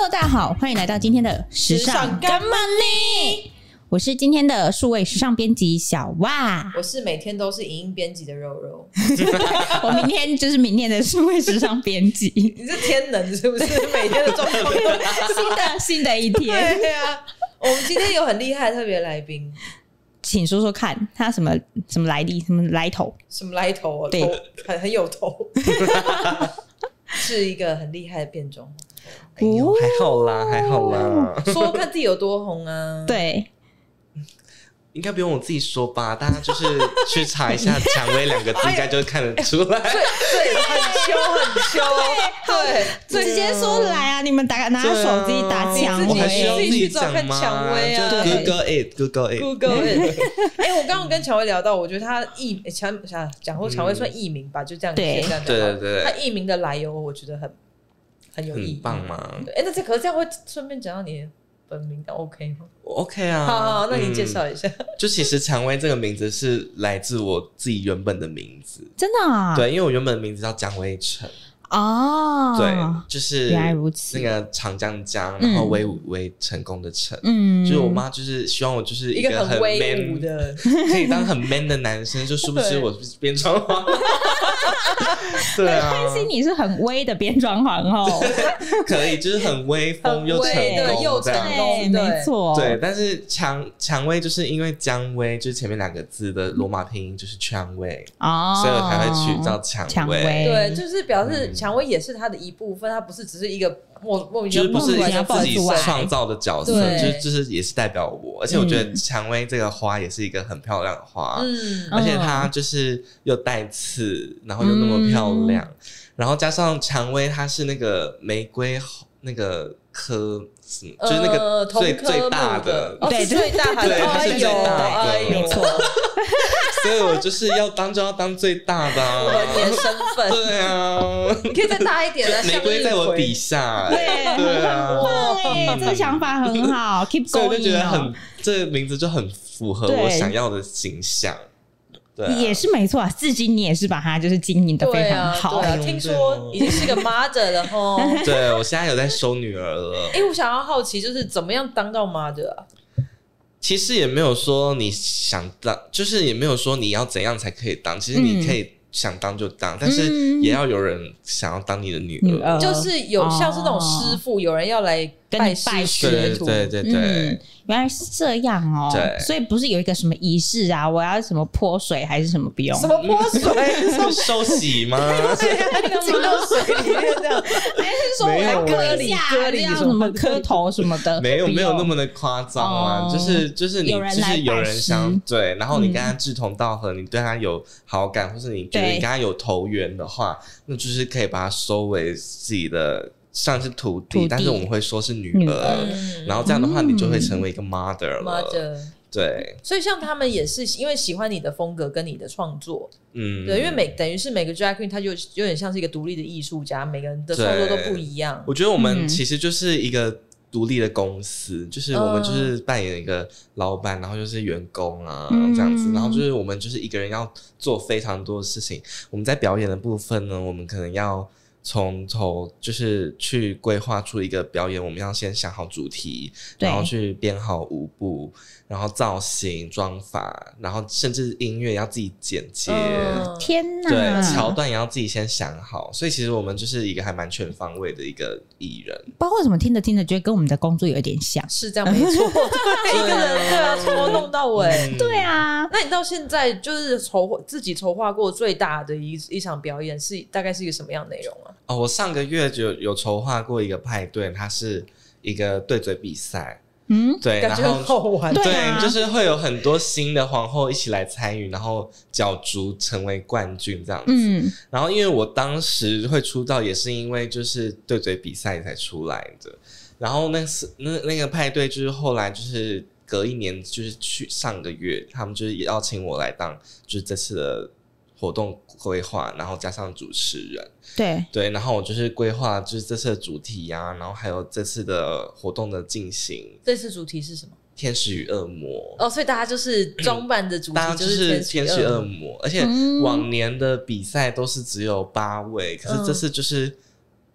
Hello， 大家好，欢迎来到今天的时尚干嘛呢？我是今天的数位时尚编辑小哇， 我是每天都是影音编辑的肉肉。 我明天就是明天的数位时尚编辑。 你是天能是不是？每天的状况新的一天。 对啊，我们今天有很厉害的特别来宾， 请说说看他什么来历，什么来头？ 什么来头？ 对， 很有头，是一个很厉害的变装。 哎呦，还好啦，还好啦。 说看自己有多红啊？ 对。 应该不用我自己说吧，大家就是去查一下蔷薇2个字，应该就看得出来。 对，很秋， 对，直接说来啊！你们拿手机打蔷薇， 我还需要自己讲吗？ 蔷薇啊， 就 Google it。 我刚刚跟蔷薇聊到，我觉得他讲说蔷薇算艺名吧，就这样对对， 他艺名的来由，我觉得很有意义， 很棒嘛。 那可是这样会顺便讲到你的本名 OK 吗？ OK 啊， 好，那你介绍一下。 就其实蔷薇这个名字是来自我自己原本的名字， 真的啊？ 对，因为我原本的名字叫江威成。 哦， 对，就是原来如此， 那个长江江，然后威武威成功的成，就是我妈就是希望我就是一个很威 man 武的， 可以当很 man 的男生，就殊不知我是编装皇。对啊， 没关系，你是很威的编装皇后， 可以，就是很威风又成功， 又成功， 没错， 对。但是蔷薇就是因为姜薇，就是前面2个字的罗马拼音就是蔷薇哦，所以我才会取叫蔷薇。 对，就是表示蔷薇也是它的一部分，它不是只是一个莫名其妙就是不是自己出创造的角色，就是也是代表我。而且我觉得蔷薇这个花也是一个很漂亮的花，而且它就是又带刺，然后又那么漂亮，然后加上蔷薇它是那个玫瑰那个科。就是那个最大的， 对，最大的， 对，它是最大的， 没错。 所以我就是要当最大的啊， 你的身份， 对啊， 你可以再大一点啊， 玫瑰在我底下，对啊， 哇，这个想法很好 ，keep going， 所以我就觉得这个名字就很符合我想要的形象。对、啊， 也是没错啊，至今你也是把它就是经营的非常好。 对啊，听说已经是个 mother 了齁。 对，我现在有在收女儿了。 我想要好奇，就是怎么样当到 mother 啊？ 其实也没有说你想当，就是也没有说你要怎样才可以当。其实你可以想当就当，但是也要有人想要当你的女儿， 就是有像是那种师傅，有人要来拜学徒。 对。 原来是这样哦， 对， 所以不是有一个什么仪式啊，我要什么泼水还是什么不用？ 什么泼水？ 是收洗吗？ 进到水里面这样， 还是说我要割一下，这样什么磕头什么的？ 没有那么的夸张啊，就是你就是有人想对，然后你跟他志同道合，你对他有好感，或是你觉得你跟他有投缘的话，那就是可以把他收为自己的。像是徒弟，但是我们会说是女儿，然后这样的话，你就会成为一个 mother 了。对， 所以像他们也是因为喜欢你的风格跟你的创作，对，因为等于是每个 drag queen 他就有点像是一个独立的艺术家，每个人的创作都不一样。 我觉得我们其实就是一个独立的公司，就是我们就是扮演一个老板，然后就是员工啊这样子，然后就是我们就是一个人要做非常多的事情。我们在表演的部分呢，我们可能要从头就是去规划出一个表演，我们要先想好主题，然后去编好舞步，然后造型、妆法，然后甚至音乐要自己剪接。 天哪！ 对，桥段也要自己先想好，所以其实我们就是一个还蛮全方位的一个艺人。 不知道为什么听着听着觉得跟我们的工作有点像， 是这样没错。一个人对啊，从头弄到尾。 对啊， 那你到现在就是自己筹划过最大的一场表演是大概是一个什么样的内容啊？ 我上个月就有筹划过一个派对，它是一个对嘴比赛，对， 感觉很好玩， 对，就是会有很多新的皇后一起来参与，然后角逐成为冠军这样子。然后因为我当时会出道，也是因为就是对嘴比赛才出来的。然后那个派对就是后来就是隔一年，就是去上个月，他们就是也邀请我来当就是这次的活动规划，然后加上主持人。对，然后我就是规划就是这次的主题啊，然后还有这次的活动的进行。 这次主题是什么？ 天使与恶魔。 所以大家就是装扮的主题就是天使恶魔，而且往年的比赛都是只有8位，可是这次就是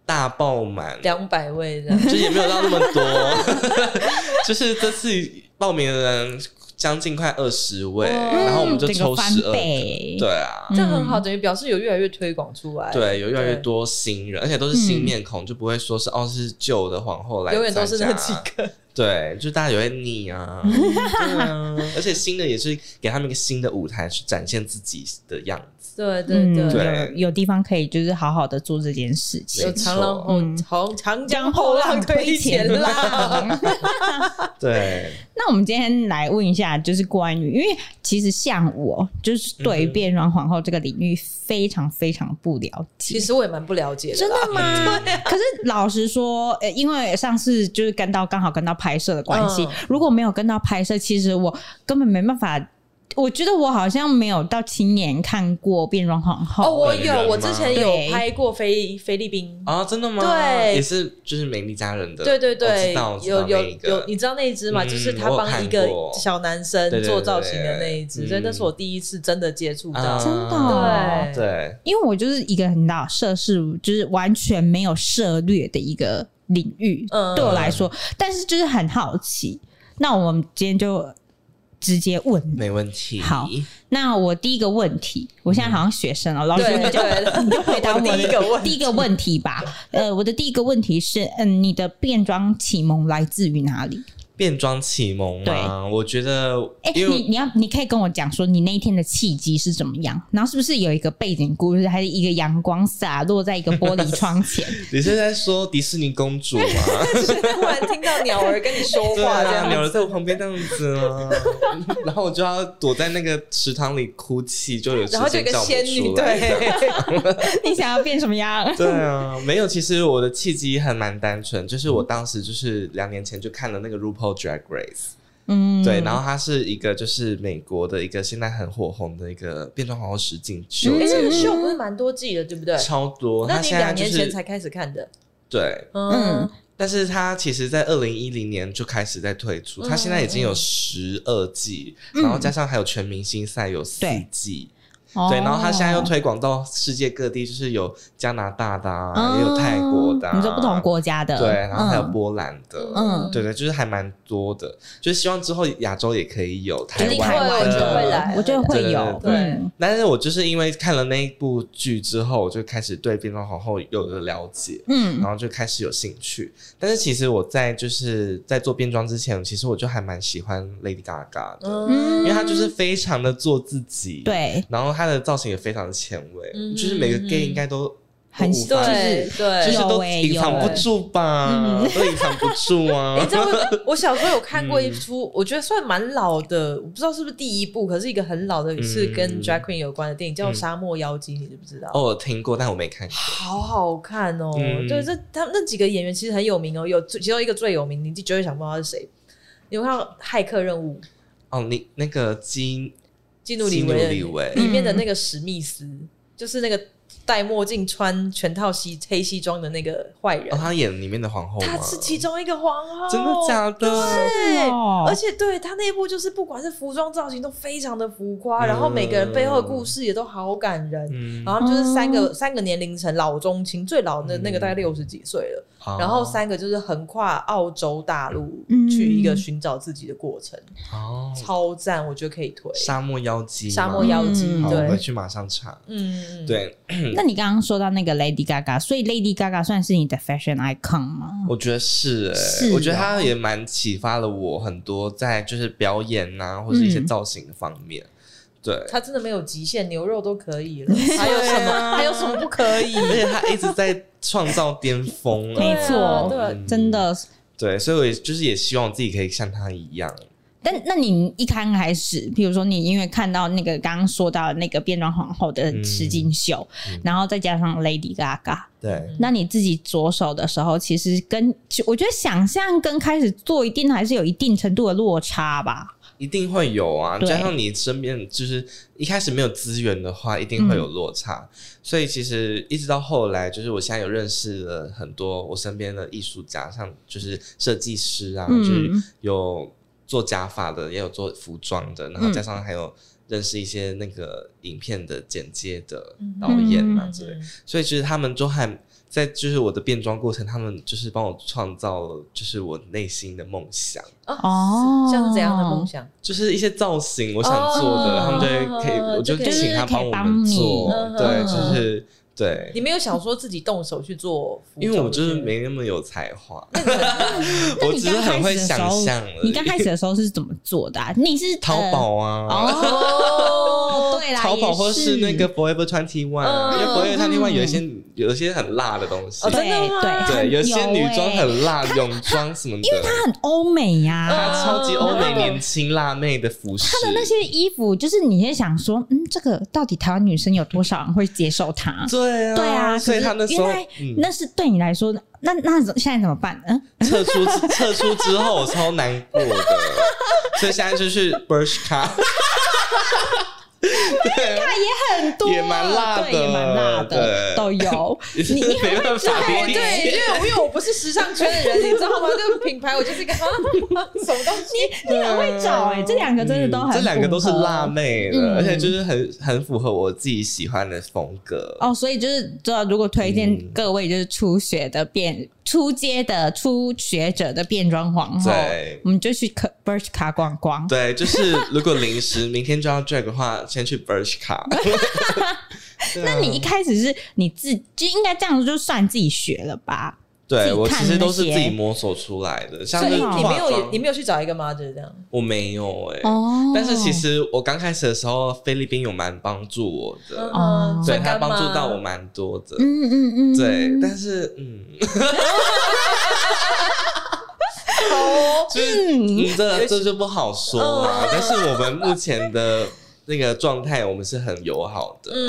大爆满 200位这样， 就也没有到那么多，就是这次报名的人将近快20位，然后我们就抽12个，对啊， 这样很好，等于表示有越来越推广出来， 对，有越来越多新人，而且都是新面孔，就不会说是是旧的皇后来参加， 永远都是那几个。 对，就大家也会腻啊，对啊，而且新的也是给他们一个新的舞台去展现自己的样子。 对对对，有地方可以就是好好的做这件事情。 有长江后浪推前浪。 对。 那我们今天来问一下，就是关于，因为其实像我，就是对于变装皇后这个领域非常非常不了解。 其实我也蛮不了解的。 真的吗？可是老实说，因为上次就是刚好跟到拍摄的关系，如果没有跟到拍摄，其实我根本没办法。我觉得我好像没有到亲眼看过变装皇后。 我之前有拍过菲律宾啊，真的吗？ 对， 也是就是美丽佳人的。 对对对， 有， 你知道那一支吗？就是他帮一个小男生做造型的那一支，所以那是我第一次真的接触到， 真的。 对， 因为我就是一个很大涉世，就是完全没有涉猎的一个领域，对我来说，但是就是很好奇。那我们今天就直接问， 没问题。 好，那我第一个问题，我现在好像学生了，老师你就回答我的第一个问题吧。我的第一个问题是，你的变装启蒙来自于哪里？ 变装启蒙吗？我觉得， 你可以跟我讲说你那一天的契机是怎么样，然后是不是有一个背景故事，还是一个阳光洒落在一个玻璃窗前？ 你是在说迪士尼公主吗？ 突然听到鸟儿跟你说话，这样鸟儿在我旁边这样子啊，然后我就要躲在那个池塘里哭泣，就有时间叫不出来。 对，你想要变什么样？ 对啊，没有，其实我的契机还蛮单纯，就是我当时就是2年前就看了那个 RuPaul Drag Race， 对，然后它是一个就是美国的一个现在很火红的一个变装皇后实境秀， 这个秀不是蛮多季的，对不对？ 超多。 那你2年前才开始看的？ 对，但是它其实在2010年就开始在推出，它现在已经有12季，然后加上还有全明星赛有4季。对，然后他现在又推广到世界各地，就是有加拿大的也有泰国的你说不同国家的， 对，然后还有波兰的，对对，就是还蛮多的，就是希望之后亚洲也可以有，台湾的会来， 我觉得会有， 对。 但是我就是因为看了那一部剧之后，我就开始对变装皇后有了了解，然后就开始有兴趣。但是其实我就是在做变装之前，其实我就还蛮喜欢 Lady Gaga 的，因为她就是非常的做自己， 对， 然后她的造型也非常的前卫，就是每个 gay 应该都很对， 就是都隐藏不住吧，都隐藏不住啊。 你知道我小时候有看过一出，我觉得算蛮老的，我不知道是不是第一部，可是一个很老的是跟 Drag Queen 有关的电影，叫《沙漠妖姬》，你知不知道？ 我听过，但我没看过。 好好看哦！对，他那几个演员其实很有名哦，有其中一个最有名，你绝对想不到他是谁。你有看到《骇客任务》？ 你那个基努里维里面的那个史密斯，就是那个戴墨镜穿全套黑西装的那个坏人。 他演里面的皇后吗？ 他是其中一个皇后。真的假的？ 对，而且对他那一部就是不管是服装造型都非常的浮夸，然后每个人背后的故事也都好感人。然后他们就是三个年龄层老中青，最老的那个大概60几岁了。然后3个就是横跨澳洲大陆去一个寻找自己的过程，超赞，我觉得可以推。沙漠妖姬， 对，我回去马上查。对。 那你刚刚说到那个 Lady Gaga， 所以 Lady Gaga 算是你的 fashion icon 吗？ 我觉得是我觉得她也蛮启发了我很多在就是表演啊，或是一些造型的方面。对， 他真的没有极限，牛肉都可以了，还有什么不可以？ 而且他一直在创造巅峰， 没错，对，真的， 对，所以我就是也希望自己可以像他一样。 那你一开始，比如说你因为看到那个刚刚说到那个变装皇后的实境秀，然后再加上 Lady Gaga， 对， 那你自己着手的时候，其实我觉得想象跟开始做一定还是有一定程度的落差吧。 一定会有啊，加上你身边就是一开始没有资源的话，一定会有落差。所以其实一直到后来，就是我现在有认识了很多我身边的艺术家，像就是设计师啊，就是有做假发的，也有做服装的，然后加上还有认识一些那个影片的剪接的导演啊之类，所以其实他们都还在就是我的变装过程，他们就是帮我创造了就是我内心的梦想。 像是怎样的梦想？ 就是一些造型我想做的，他们就会可以，我就请他帮我们做。对，就是对。 你没有想说自己动手去做服装？ 因为我就是没那么有才华，我只是很会想象而已。 你刚开始的时候是怎么做的啊？你是淘宝啊？ 对啦， 淘宝或是那个 Forever 21，因为 Forever 21有一些很辣的东西。对，有些女装很辣，泳装什么的， 因为它很欧美呀， 它超级欧美年轻辣妹的服饰。 它的那些衣服，就是你会想说，这个到底台湾女生有多少人会接受它？ 对啊，所以他那时候那是对你来说，那现在怎么办？ 撤出之后我超难过的，所以现在就去 Bershka。 对，也很多， 也蛮辣的， 也蛮辣的，都有。你没办法理解， 对，因为我不是时尚圈的人，你知道吗？这个品牌我就是一个什么东西？ 你很会找这两个真的都很， 这两个都是辣妹的，而且就是很符合我自己喜欢的风格。 所以就是如果推荐各位就是初阶的初学者的变装皇后，我们就去 Bershka 逛逛。 对，就是如果临时明天就要 drag 的话，先去 Bershka。 那你一开始是你就应该这样子就算自己学了吧？ 对，我其实都是自己摸索出来的。像是你没有去找一个 model 这样？我没有但是其实我刚开始的时候，菲律宾有蛮帮助我的，对，他帮助到我蛮多的。对，但是这就不好说了。但是我们目前的那个状态，我们是很友好的。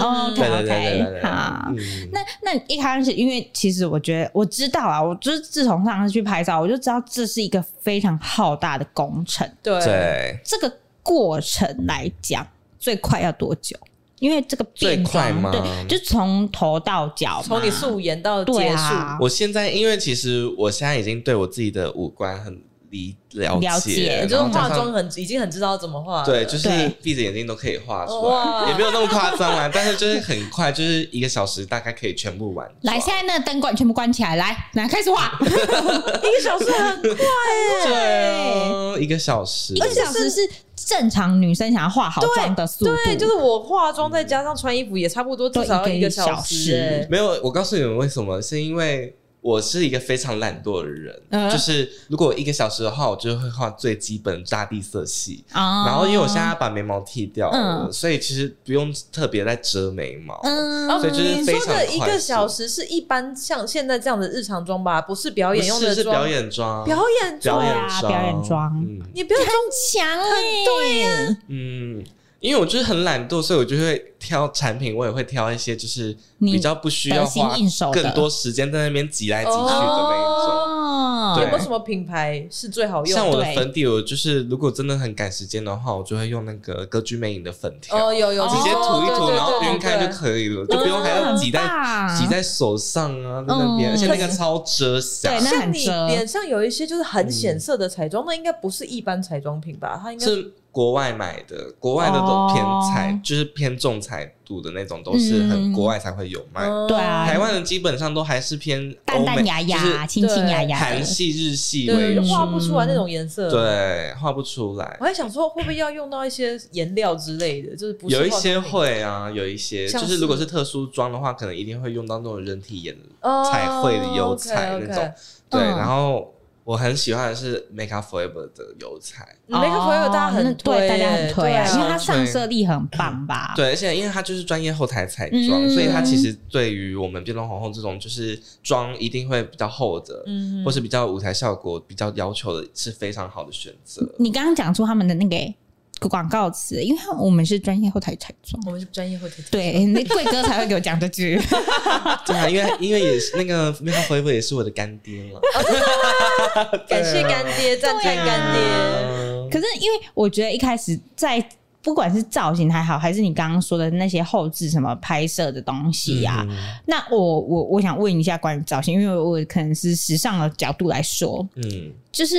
OK， 好。那一开始，因为其实我知道啊，我就是自从上次去拍照，我就知道这是一个非常浩大的工程。 对， 这个过程来讲，最快要多久？因为这个变装，对，就从头到脚， 从你素颜到结束。 我现在，因为其实我现在已经对我自己的五官很了解， 就是化妆已经很知道怎么画。 对，就是闭着眼睛都可以画出来，也没有那么夸张啦。但是就是很快，就是1个小时大概可以全部完。 来，现在那个灯管全部关起来，来开始画。1 个小时很快对，1个小时 ，1个小时是正常女生想要化好妆的速度。 对，就是我化妆再加上穿衣服也差不多，至少要1个小时。 没有，我告诉你们为什么，是因为我是一个非常懒惰的人，就是如果1个小时的话，我就会画最基本大地色系，然后因为我现在要把眉毛剃掉了，所以其实不用特别再遮眉毛，所以就是非常快速。 你说的1个小时是一般像现在这样的日常妆吧，不是表演用的妆， 是表演妆， 表演妆，你表演妆强对呀， 因为我就是很懒惰，所以我就会挑产品，我也会挑一些就是比较不需要花更多时间在那边挤来挤去的那一种。 有没有什么品牌是最好用的？ 像我的粉底，我就是如果真的很赶时间的话，我就会用那个歌剧魅影的粉条， 有直接涂一涂，然后晕开就可以了，就不用还要挤在手上啊，在那边，而且那个超遮瑕。 对，那很遮。 像你脸上有一些就是很显色的彩妆，那应该不是一般彩妆品吧？它应该是国外买的，国外的都偏彩，就是偏重彩度的那种，都是很国外才会有卖。 对啊， 台湾的基本上都还是偏淡淡雅雅、清清雅雅、 韩系、日系为主， 画不出来那种颜色。 对，画不出来。 我还想说，会不会要用到一些颜料之类的？就是不是有一些会啊，有一些就是如果是特殊妆的话，可能一定会用到那种人体颜彩绘的油彩那种。对，然后我很喜欢的是 Make Up Forever 的油彩 ，Make Up Forever 大家很推， 大家很推啊，因为它上色力很棒吧？ 对，而且因为它就是专业后台彩妆，所以它其实对于我们变装皇后这种就是妆一定会比较厚的，或是比较舞台效果比较要求的，是非常好的选择。 你刚刚讲出他们的那个广告词，因为我们是专业后台彩妆， 我们是专业后台彩妆， 对，那贵哥才会给我讲这句。 对啊，因为也是那个 Make Up Forever 也是我的干爹了， 感谢干爹，赞叹干爹。 可是因为我觉得一开始在不管是造型还好，还是你刚刚说的那些后置什么拍摄的东西啊，那我想问一下关于造型，因为我可能是时尚的角度来说，就是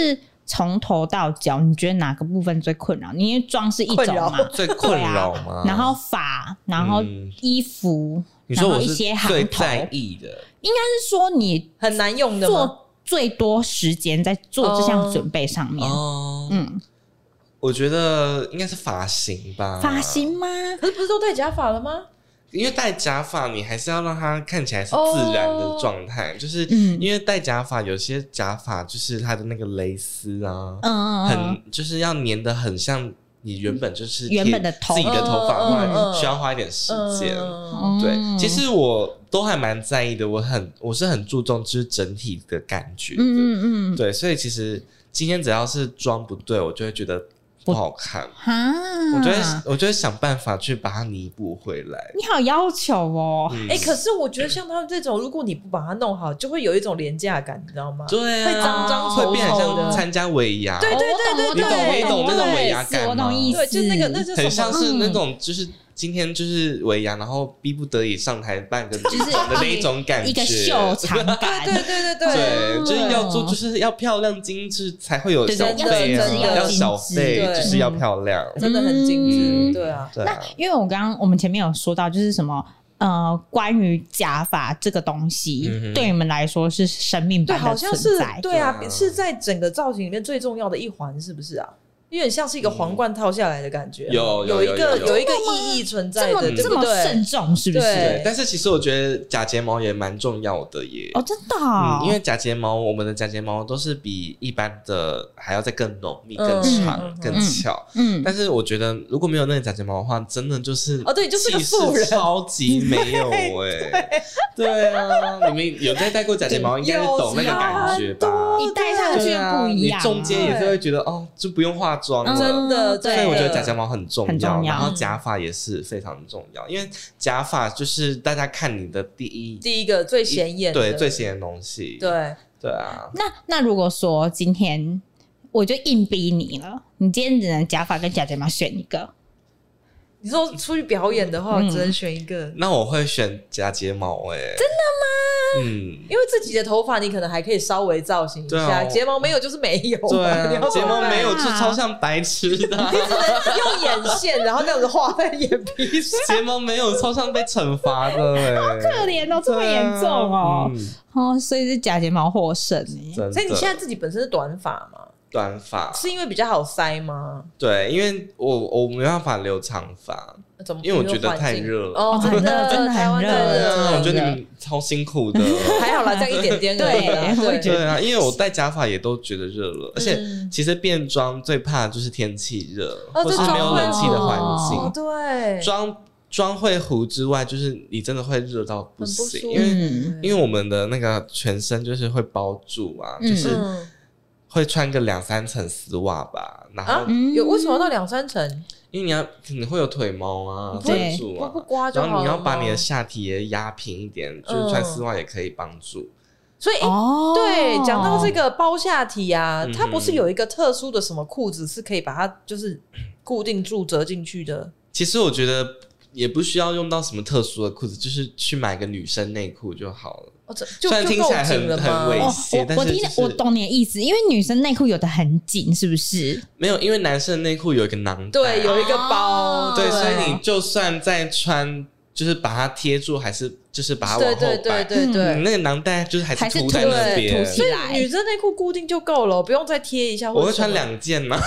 从头到脚，你觉得哪个部分最困扰？因为妆是一种嘛， 最困扰吗？ 然后发，然后衣服， 你说我是一些行头， 最在意的， 应该是说你很难用的吗？ 做最多时间在做这项准备上面。 我觉得应该是发型吧。 发型吗？ 可是不是都戴假发了吗？ 因为戴假发，你还是要让它看起来是自然的状态，就是因为戴假发，有些假发就是它的那个蕾丝啊，很就是要粘得很像你原本就是原本的头自己的头发的话，需要花一点时间。对，其实我都还蛮在意的，我是很注重就是整体的感觉的。对，所以其实今天只要是妆不对，我就会觉得不好看，我就会想办法去把它弥补回来。 你好要求哦， 可是我觉得像他们这种，如果你不把它弄好，就会有一种廉价感，你知道吗？ 对啊， 会脏脏丑丑的， 会变成像参加尾牙。 对， 你懂那种尾牙感吗？ 我懂意思， 对，就那个很像是那种就是今天就是尾牙，然后逼不得已上台扮个女装的那一种感觉， 一个秀场感。 对， 就是要做，就是要漂亮精致才会有小费啊，要小费就是要漂亮， 真的很精致。对啊， 那因为我们前面有说到，就是什么关于假发这个东西，对你们来说是生命般的存在。 对啊，是在整个造型里面最重要的一环，是不是啊？有点像是一个皇冠套下来的感觉，有一个意义存在的， 这么慎重，是不是？ 对。但是其实我觉得假睫毛也蛮重要的耶。 哦，真的哦。 因为假睫毛，我们的假睫毛都是比一般的还要再更浓密、更长、更巧。但是我觉得如果没有那个假睫毛的话，真的就是对，就是个素人， 超级没有对啊，你们有在戴过假睫毛，应该是懂那个感觉吧？ 一戴上去不一样， 你中间也是会觉得就不用化妆了， 真的。 所以我觉得假睫毛很重要，然后假发也是非常重要，因为假发就是大家看你的第一个最显眼的， 对，最显眼的东西。对啊。 那如果说今天我就硬逼你了，你今天只能假发跟假睫毛选一个。 你说出去表演的话，只能选一个。 那我会选假睫毛真的吗？因为自己的头发你可能还可以稍微造型一下，睫毛没有就是没有。 对啊，睫毛没有就超像白痴的， 你只能用眼线，然后那样子画在眼皮上。 睫毛没有超像被惩罚的好可怜哦，这么严重哦。所以是假睫毛获胜。 所以你现在自己本身是短发吗？ 短发是因为比较好塞吗？ 对，因为我没办法留长发，因为我觉得太热了。 真的很热， 我觉得你们超辛苦的。 还好啦，这样一点点而已。 对啊，因为我戴假发也都觉得热了，而且其实变装最怕的就是天气热，或是没有冷气的环境。 对， 妆会糊之外，就是你真的会热到不行，因为我们的那个全身就是会包住啊，就是会穿个2-3层丝袜吧，然后为什么要到2-3层？ 因为你会有腿毛啊，遮住啊， 不刮就好了。 然后你要把你的下体也压平一点，就是穿丝袜也可以帮助。 所以对，讲到这个包下体啊，它不是有一个特殊的什么裤子是可以把它就是固定住折进去的？ 其实我觉得也不需要用到什么特殊的裤子，就是去买个女生内裤就好了。虽然听起来很猥亵，但是我懂你的意思，因为女生内裤有的很紧，是不是？ 没有，因为男生内裤有一个囊袋， 对，有一个包， 对，所以你就算再穿，就是把它贴住，还是就是把它往后摆， 对， 你那个囊袋就是还是凸在那边， 所以女生内裤固定就够了，不用再贴一下。 我会穿2件吗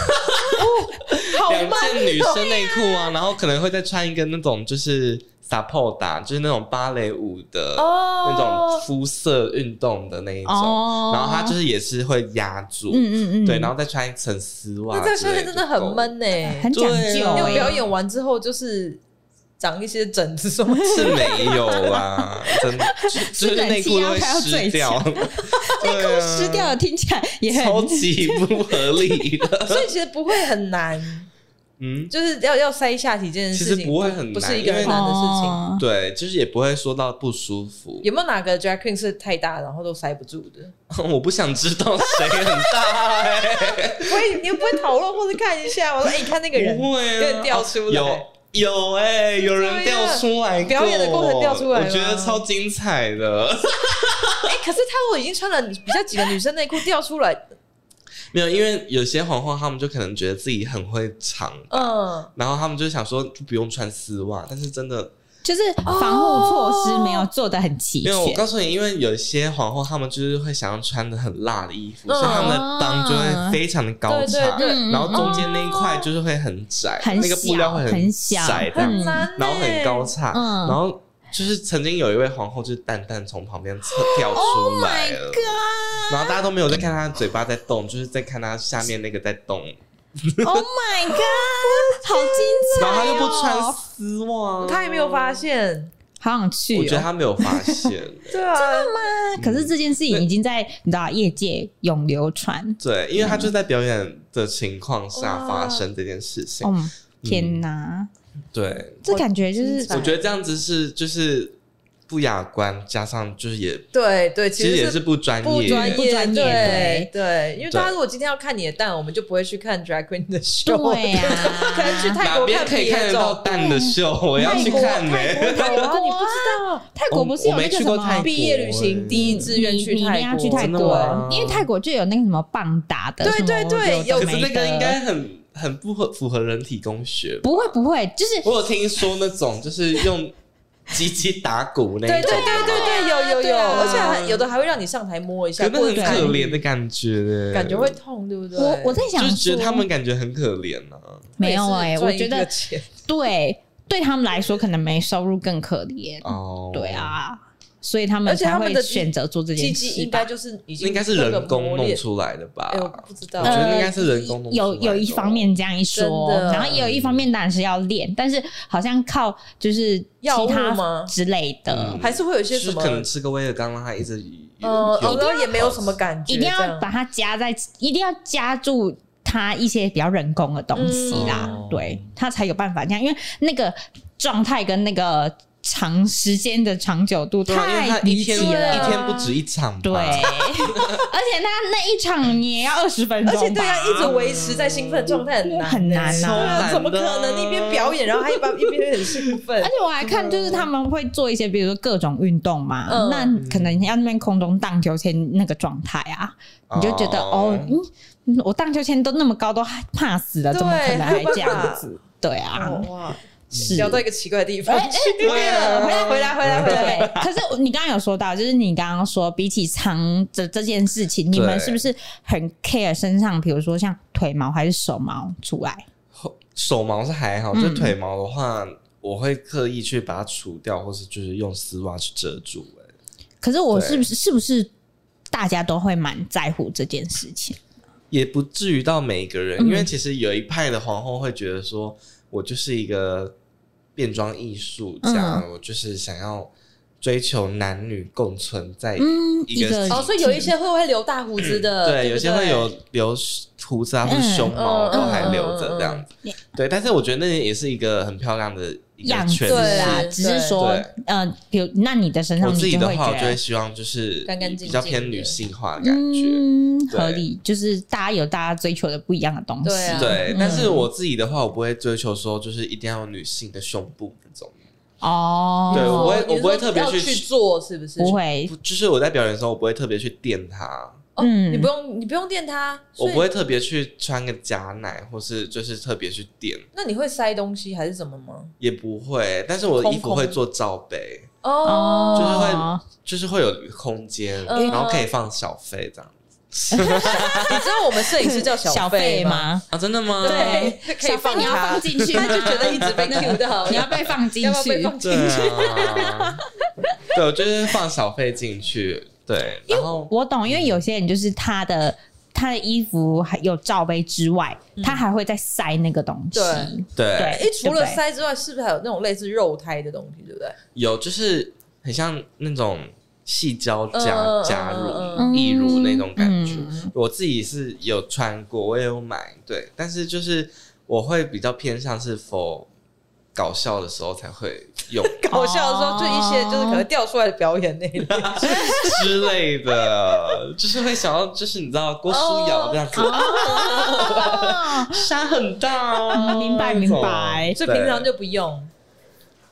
？2件女生内裤啊，然后可能会再穿一个那种就是Sapoda，就是那种芭蕾舞的那种肤色运动的那一种，然后它就是也是会压住，对，然后再穿一层丝袜。 那这穿起来真的很闷很讲究。 因为表演完之后就是长一些疹子什么是没有啦，真的就是内裤都会湿掉， 内裤湿掉了听起来也很超级不合理的， 所以其实不会很难。就是要塞下体这件事情， 其实不会很难， 不是一个很难的事情。 对，就是也不会说到不舒服。 有没有哪个 drag queen 是太大，然后都塞不住的？ 我不想知道谁很大你不会讨论或者看一下？我说，你看那个人， 不会有掉出来。 有有人掉出来过， 表演的过程掉出来， 我觉得超精彩的。 可是他如果已经穿了比较紧的女生内裤掉出来。 没有，因为有些皇后他们就可能觉得自己很会藏，然后他们就想说就不用穿丝袜，但是真的就是防护措施没有做得很齐全。 没有，我告诉你，因为有些皇后他们就是会想要穿的很辣的衣服，所以他们的裆就会非常的高叉，然后中间那一块就是会很窄，那个布料会很窄这样子，然后很高叉，然后就是曾经有一位皇后就是蛋蛋从旁边跳出来了， Oh my god！ 然后大家都没有在看她嘴巴在动，就是在看她下面那个在动。 Oh my god！ 好精彩！ 然后他就不穿丝袜， 他也没有发现， 好想去。 我觉得他没有发现。 对啊， 真的吗？可是这件事情已经在你知道业界永流传。 对，因为他就在表演的情况下发生这件事情。 天哪！ 对， 这感觉就是， 我觉得这样子是就是不雅观，加上就是也对， 其实也是不专业， 对，因为大家如果今天要看你的蛋，我们就不会去看 Drag Queen 的秀， 对呀， 可能去泰国看可以看得到蛋的秀，我要去看呢。 有啊，你不知道， 泰国不是有那个什么毕业旅行第一志愿去泰国， 你一定要去泰国，因为泰国就有那个什么棒打的， 对， 可是那个应该很不符合人体工学， 不会，就是我有听说那种就是用鸡鸡打鼓那种， 对，有，而且有的还会让你上台摸一下， 可是很可怜的感觉， 感觉会痛，对不对？ 我在想， 就是觉得他们感觉很可怜啊。 没有我觉得对他们来说，可能没收入更可怜。对啊。所以他们才会选择做这件事。 应该就是应该是人工弄出来的吧？ 我不知道， 我觉得应该是人工弄出来的。 有一方面这样一说，然后也有一方面当然是要练，但是好像靠就是其他之类的， 还是会有一些什么， 可能吃个威尔刚让他一直然后也没有什么感觉， 一定要把它一定要加注它一些比较人工的东西啦，对，它才有办法这样，因为那个状态跟那个。长时间的长久度太离奇了， 一天不止一场， 对，而且那一场你也要20分钟， 而且对啊，一直维持在兴奋状态很难啊，怎么可能？你一边表演，然后还一边很兴奋， 而且我还看就是他们会做一些，比如说各种运动嘛，那可能要那边空中荡秋千那个状态啊，你就觉得我荡秋千都那么高，都怕死了，怎么可能还这样子？对啊， 哇。聊到一个奇怪的地方去，回来。 可是你刚刚有说到，就是你刚刚说比起长的这件事情，你们是不是很 care 身上，比如说像腿毛还是手毛出来？ 手毛是还好，就腿毛的话，我会刻意去把它除掉，或是就是用丝袜去遮住。 可是我是不是大家都会蛮在乎这件事情？ 也不至于到每一个人，因为其实有一派的皇后会觉得说，我就是一个。变装艺术家，我就是想要追求男女共存在一个所以有一些会留大胡子的， 对，有些会有留胡子啊，或是胸毛都还留着这样子，对。但是我觉得那也是一个很漂亮的样子啦，只是说比如那你的身上， 我自己的话，我就会希望就是比较偏女性化的感觉， 合理，就是大家追求的不一样的东西， 对。但是我自己的话，我不会追求说就是一定要有女性的胸部那种。对，我不会特别去做，是不是？ 不会， 就是我在表演的时候，我不会特别去垫它。 你不用垫它， 我不会特别去穿个假奶，或是就是特别去垫。 那你会塞东西还是什么吗？ 也不会，但是我的衣服会做罩杯，就是会有空间，然后可以放小费这样。 你知道我们摄影师叫小费吗？ 啊，真的吗？ 对，可以放， 你要放进去， 他就觉得一直被 Q 到， 你要被放进去， 对，我就是放小费进去，对。然后我懂，因为有些人就是他的衣服还有罩杯之外，他还会再塞那个东西。 对， 除了塞之外，是不是还有那种类似肉胎的东西？对不对？ 有，就是很像那种。细胶加入义乳那种感觉，我自己是有穿过，我也有买，对，但是就是我会比较偏向是 for 搞笑的时候才会用， 搞笑的时候就一些就是可能掉出来的表演那一类之类的，就是会想要就是你知道郭书瑶这样子，沙很大， 明白， 所以平常就不用。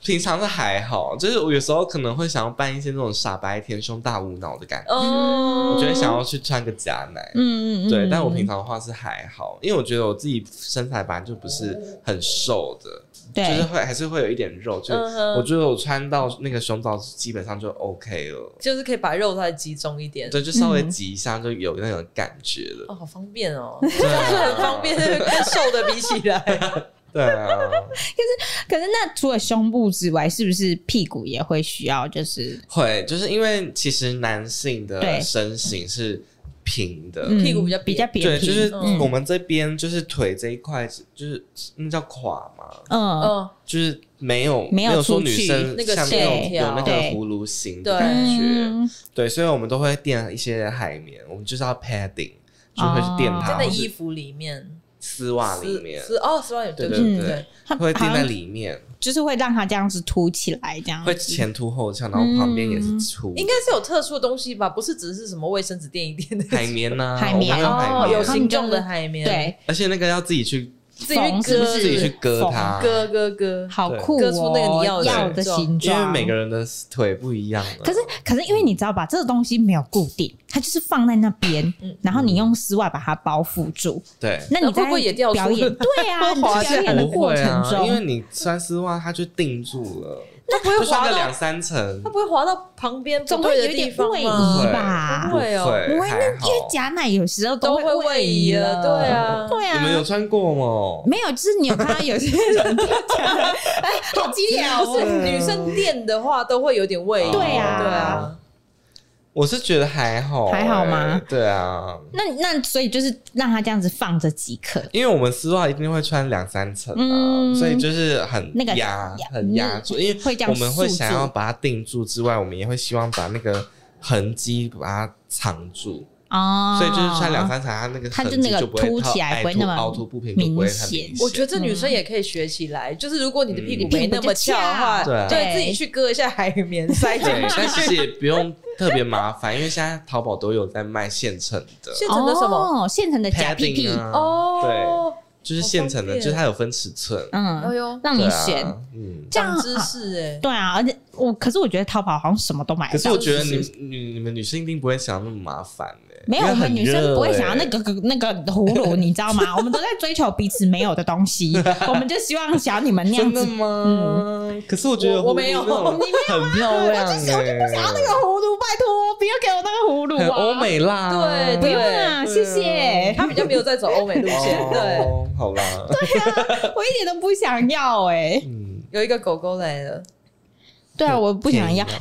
平常是还好，就是我有时候可能会想要扮一些那种傻白甜、胸大无脑的感觉，我就会想要去穿个假奶，对。但我平常的话是还好，因为我觉得我自己身材本来就不是很瘦的， 对， 就是还是会有一点肉，就我觉得我穿到那个胸罩基本上就 OK 了， 就是可以把肉再集中一点， 对，就稍微挤一下就有那种感觉了。 哦，好方便哦，对啊，很方便，跟瘦的比起来。 对啊， 可是那除了胸部之外，是不是屁股也会需要？ 会，就是因为其实男性的身形是平的， 屁股比较扁平， 对，就是我们这边就是腿这一块，就是那叫垮嘛，就是没有说女生像那种有那个葫芦形的感觉，对，所以我们都会垫一些海绵，我们就是要 padding， 就会去垫它， 在衣服里面。 丝袜里面，丝袜里面， 对，会垫在里面， 就是会让它这样子凸起来，这样会前凸后翘，然后旁边也是凸。 应该是有特殊的东西吧，不是只是什么卫生纸垫一垫的海绵呐， 海绵有形状的海绵， 对， 而且那个要自己去割它， 割， 好酷哦！ 割出那个你要的形状， 因为每个人的腿不一样。 可是因为你知道吧，这个东西没有固定，它就是放在那边，然后你用丝袜把它包覆住。 对， 那你在会不会也掉出？ 对啊，你在表演的过程中， 因为你穿丝袜，它就定住了。 它不会滑到 2-3层， 它不会滑到旁边总会有一点位移吧？ 不会哦， 因为假奶有时候都会位移了，对啊。 你们有穿过吗？ 没有，就是你有看到有些人好激烈哦！ 不是女生垫的话都会有点位移， 对啊。 我是觉得还好， 还好吗？ 对啊， 那所以就是让它这样子放着即可， 因为我们丝袜一定会穿2-3层啊，所以就是很压住，因为我们会想要把它定住之外，我们也会希望把那个痕迹把它藏住。所以就是穿2-3层，它那个痕迹就不会凸起来，不会那么凹凸不平，就不会很明显。 我觉得这女生也可以学起来，就是如果你的屁股没那么翘的话，对自己去割一下海绵塞进去， 但其实也不用特别麻烦，因为现在淘宝都有在卖现成的， 现成的什么？ 现成的假屁屁哦，对。就是现成的，就是它有分尺寸， 让你选， 长知识对啊，而且可是我觉得淘宝好像什么都买得到， 可是我觉得你们女生一定不会想那么麻烦没有，我们女生不会想要那个葫芦，你知道吗？我们都在追求彼此没有的东西，我们就希望想要你们那样子。 真的吗？可是我觉得我没有， 你没有，很漂亮我就不想要那个葫芦，拜托，不要给我那个葫芦啊！ 很欧美啦， 对， 不用啊，谢谢。 他比较没有在走欧美路线，对， 好啦， 对啊，我一点都不想要有一个狗狗来了， 对啊，我不想要。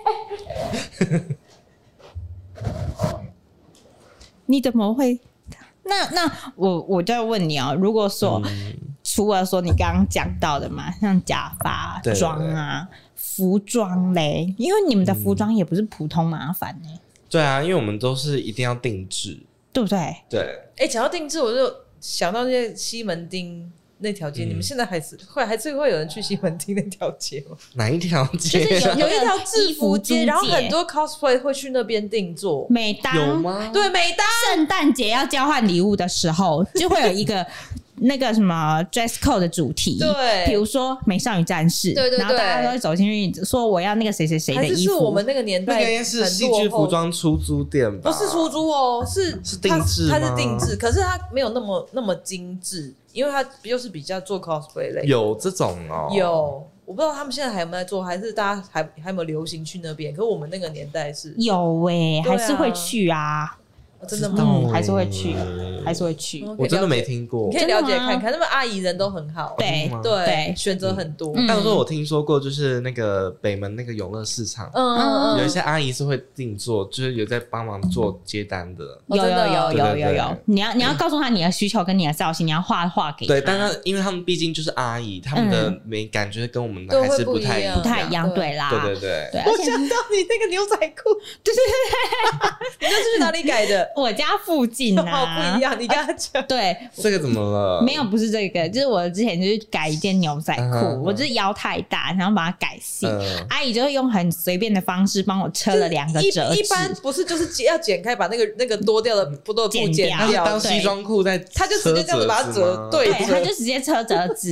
你怎么会？那我就要问你哦，如果说除了说你刚刚讲到的嘛，像假发、妆啊、服装嘞，因为你们的服装也不是普通麻烦对啊，因为我们都是一定要定制， 对不对？ 对。 讲到定制，我就想到那些西门町那条街，你们现在还是会有人去西门町那条街吗？ 哪一条街？ 就是有一条制服街，然后很多 cosplay 会去那边定做。 每当有吗？ 对，每当圣诞节要交换礼物的时候，就会有一个那个什么 dress code 的主题， 对， 比如说美少女战士， 对， 然后大家都会走进去说我要那个谁谁谁的衣服。 是我们那个年代， 那个应该是戏剧服装出租店吧？ 不是出租哦，是定制吗？ 它是定制，可是它没有那么精致，因为它就是比较做 cosplay 类。 有这种有，我不知道他们现在还有没有在做，还是大家还有没有流行去那边？可是我们那个年代是有还是会去啊。 真的吗？ 还是会去，还是会去。 我真的没听过， 你可以了解看看，他们阿姨人都很好，对，选择很多。 但是说我听说过，就是那个北门那个永乐市场，有一些阿姨是会定做，就是有在帮忙做接单的。 有，你要告诉他你的需求跟你的造型，你要画给他。 对，但是因为他们毕竟就是阿姨，他们的美感觉跟我们的还是不太一样，对啦。 对。 我想到你那个牛仔裤，对，你那是去哪里改的？ 我家附近不一样，你跟他讲。 对， 这个怎么了？ 没有，不是这个，就是我之前就是改一件牛仔裤，我就是腰太大，然后把它改细，阿姨就会用很随便的方式帮我车了2个折纸。 一般不是就是要剪开，把那个多掉的布剪掉， 当西装裤在， 他就直接这样子把它折，对， 他就直接车折纸。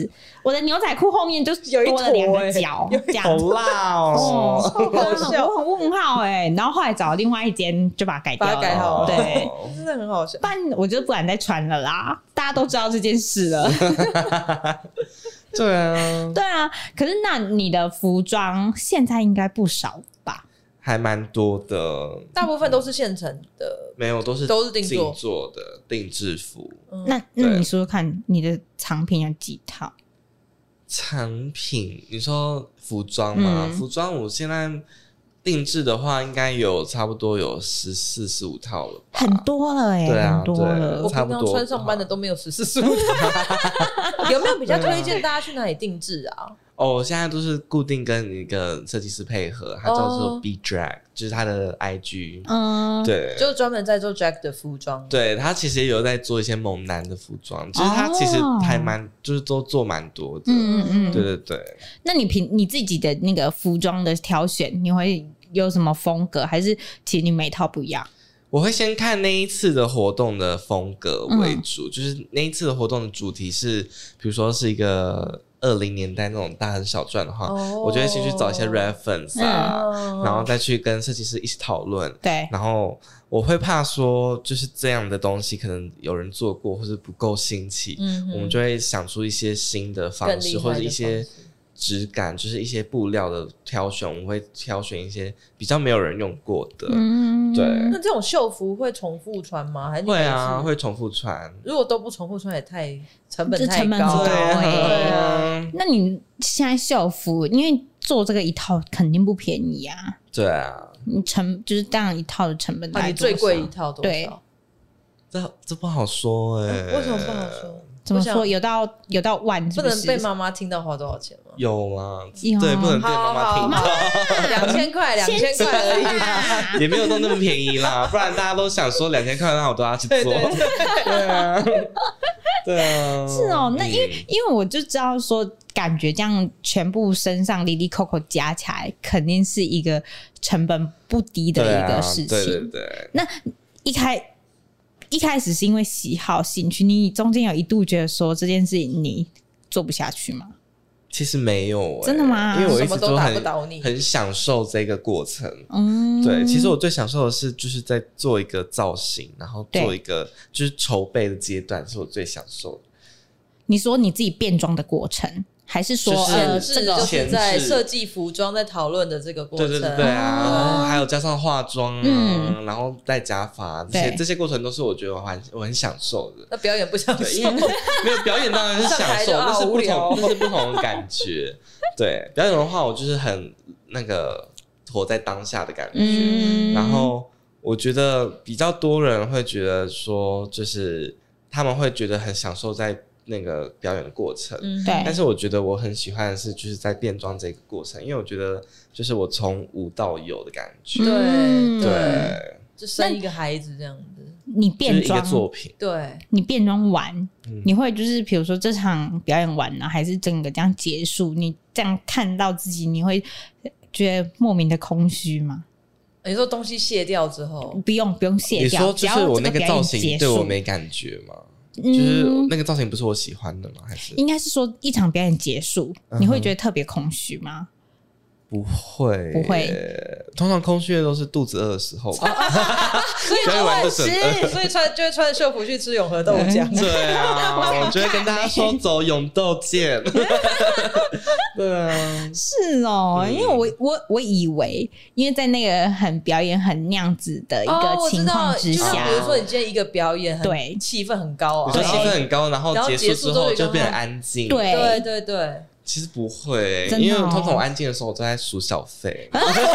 我的牛仔裤后面就是有一多了2个坨角，这样好子。 辣哦！ 好笑我很问号然后后来找另外一间就把它改掉了， 把它改好了对， 真的很好笑。 不然我就不敢再穿了啦，大家都知道这件事了。 对啊， 对啊，可是那你的服装现在应该不少吧？ 还蛮多的， 大部分都是现成的， 没有都是定做的定制服。 那你说说看，你的藏品有几套？ 产品，你说服装吗？服装我现在定制的话，应该有差不多有14、15套了吧， 很多了对啊， 很多了。 我平常穿上班的都没有14、15套。有没有比较推荐大家去哪里定制啊？ 哦，现在都是固定跟一个设计师配合，他叫做 B Drag，就是他的 IG，对， 就专门在做 Drag 的服装。 对，他其实也有在做一些猛男的服装，就是他其实还蛮，就是都做蛮多的。对对对。 那你自己的那个服装的挑选，你会有什么风格？还是其实你每套不一样？ 我会先看那一次的活动的风格为主，就是那一次的活动的主题是，比如说是一个20年代那种大亨小传的话，我就会先去找一些 reference 然后再去跟设计师一起讨论。 对， 然后我会怕说，就是这样的东西可能有人做过，或是不够新奇，我们就会想出一些新的方式，或者一些质感，就是一些布料的挑选，我们会挑选一些比较没有人用过的。对。 那这种秀服会重复穿吗？还是会啊，会重复穿。 如果都不重复穿，也太成本太高。 对啊。 那你现在秀服，因为做这个一套肯定不便宜啊。 对啊。 你就是这样一套的成本大概多少？ 你最贵一套多少？ 这不好说为什么不好说？ 怎么说？有到万是不是？ 不能被妈妈听到花多少钱吗？ 有啦，对，不能被妈妈听到。 2000块而已啦， 也没有那么便宜啦，不然大家都想说2000块，那我都要去做。对啊，对啊， 是哦。那因为我就知道说，感觉这样全部身上里里扣扣加起来，肯定是一个成本不低的一个事情。 对对对。 那一开始是因为喜好兴趣，你中间有一度觉得说这件事情你做不下去吗？ 其实没有真的吗？ 因为我一直都很享受这个过程。对，其实我最享受的是就是在做一个造型，然后做一个就是筹备的阶段，是我最享受的。 你说你自己变装的过程？还是说这个就是在设计服装在讨论的这个过程， 对啊，然后还有加上化妆然后戴假发这些过程都是我觉得我很享受的。 那表演不享受？ 因为没有表演当然是享受，那是不同的感觉。对，表演的话我就是很那个活在当下的感觉。然后我觉得比较多人会觉得说，就是他们会觉得很享受在那个表演的过程， 对。 但是我觉得我很喜欢的是，就是在变装这个过程，因为我觉得就是我从无到有的感觉，对， 就生一个孩子这样子。 你变装、 就是、一个作品， 对， 你变装完，你会就是比如说这场表演完了，还是整个这样结束，你这样看到自己，你会觉得莫名的空虚吗？ 你说东西卸掉之后， 不用卸掉， 你说就是我那个造型对我没感觉吗？就是那个造型不是我喜欢的吗？还是应该是说一场表演结束，你会觉得特别空虚吗？ 不会， 不会。 通常空虚的都是肚子饿的时候，表演完就整饿， 所以就会穿秀服去吃永和豆浆。 对啊，我就会跟大家说走永豆见。对啊， 是哦，因为我以为，因为在那个很表演很那样子的一个情况之下， 比如说你今天一个表演，对，气氛很高啊， 你说气氛很高，然后结束之后就变得安静， 对对对。 其实不会，因为通常我安静的时候，我都在数小费。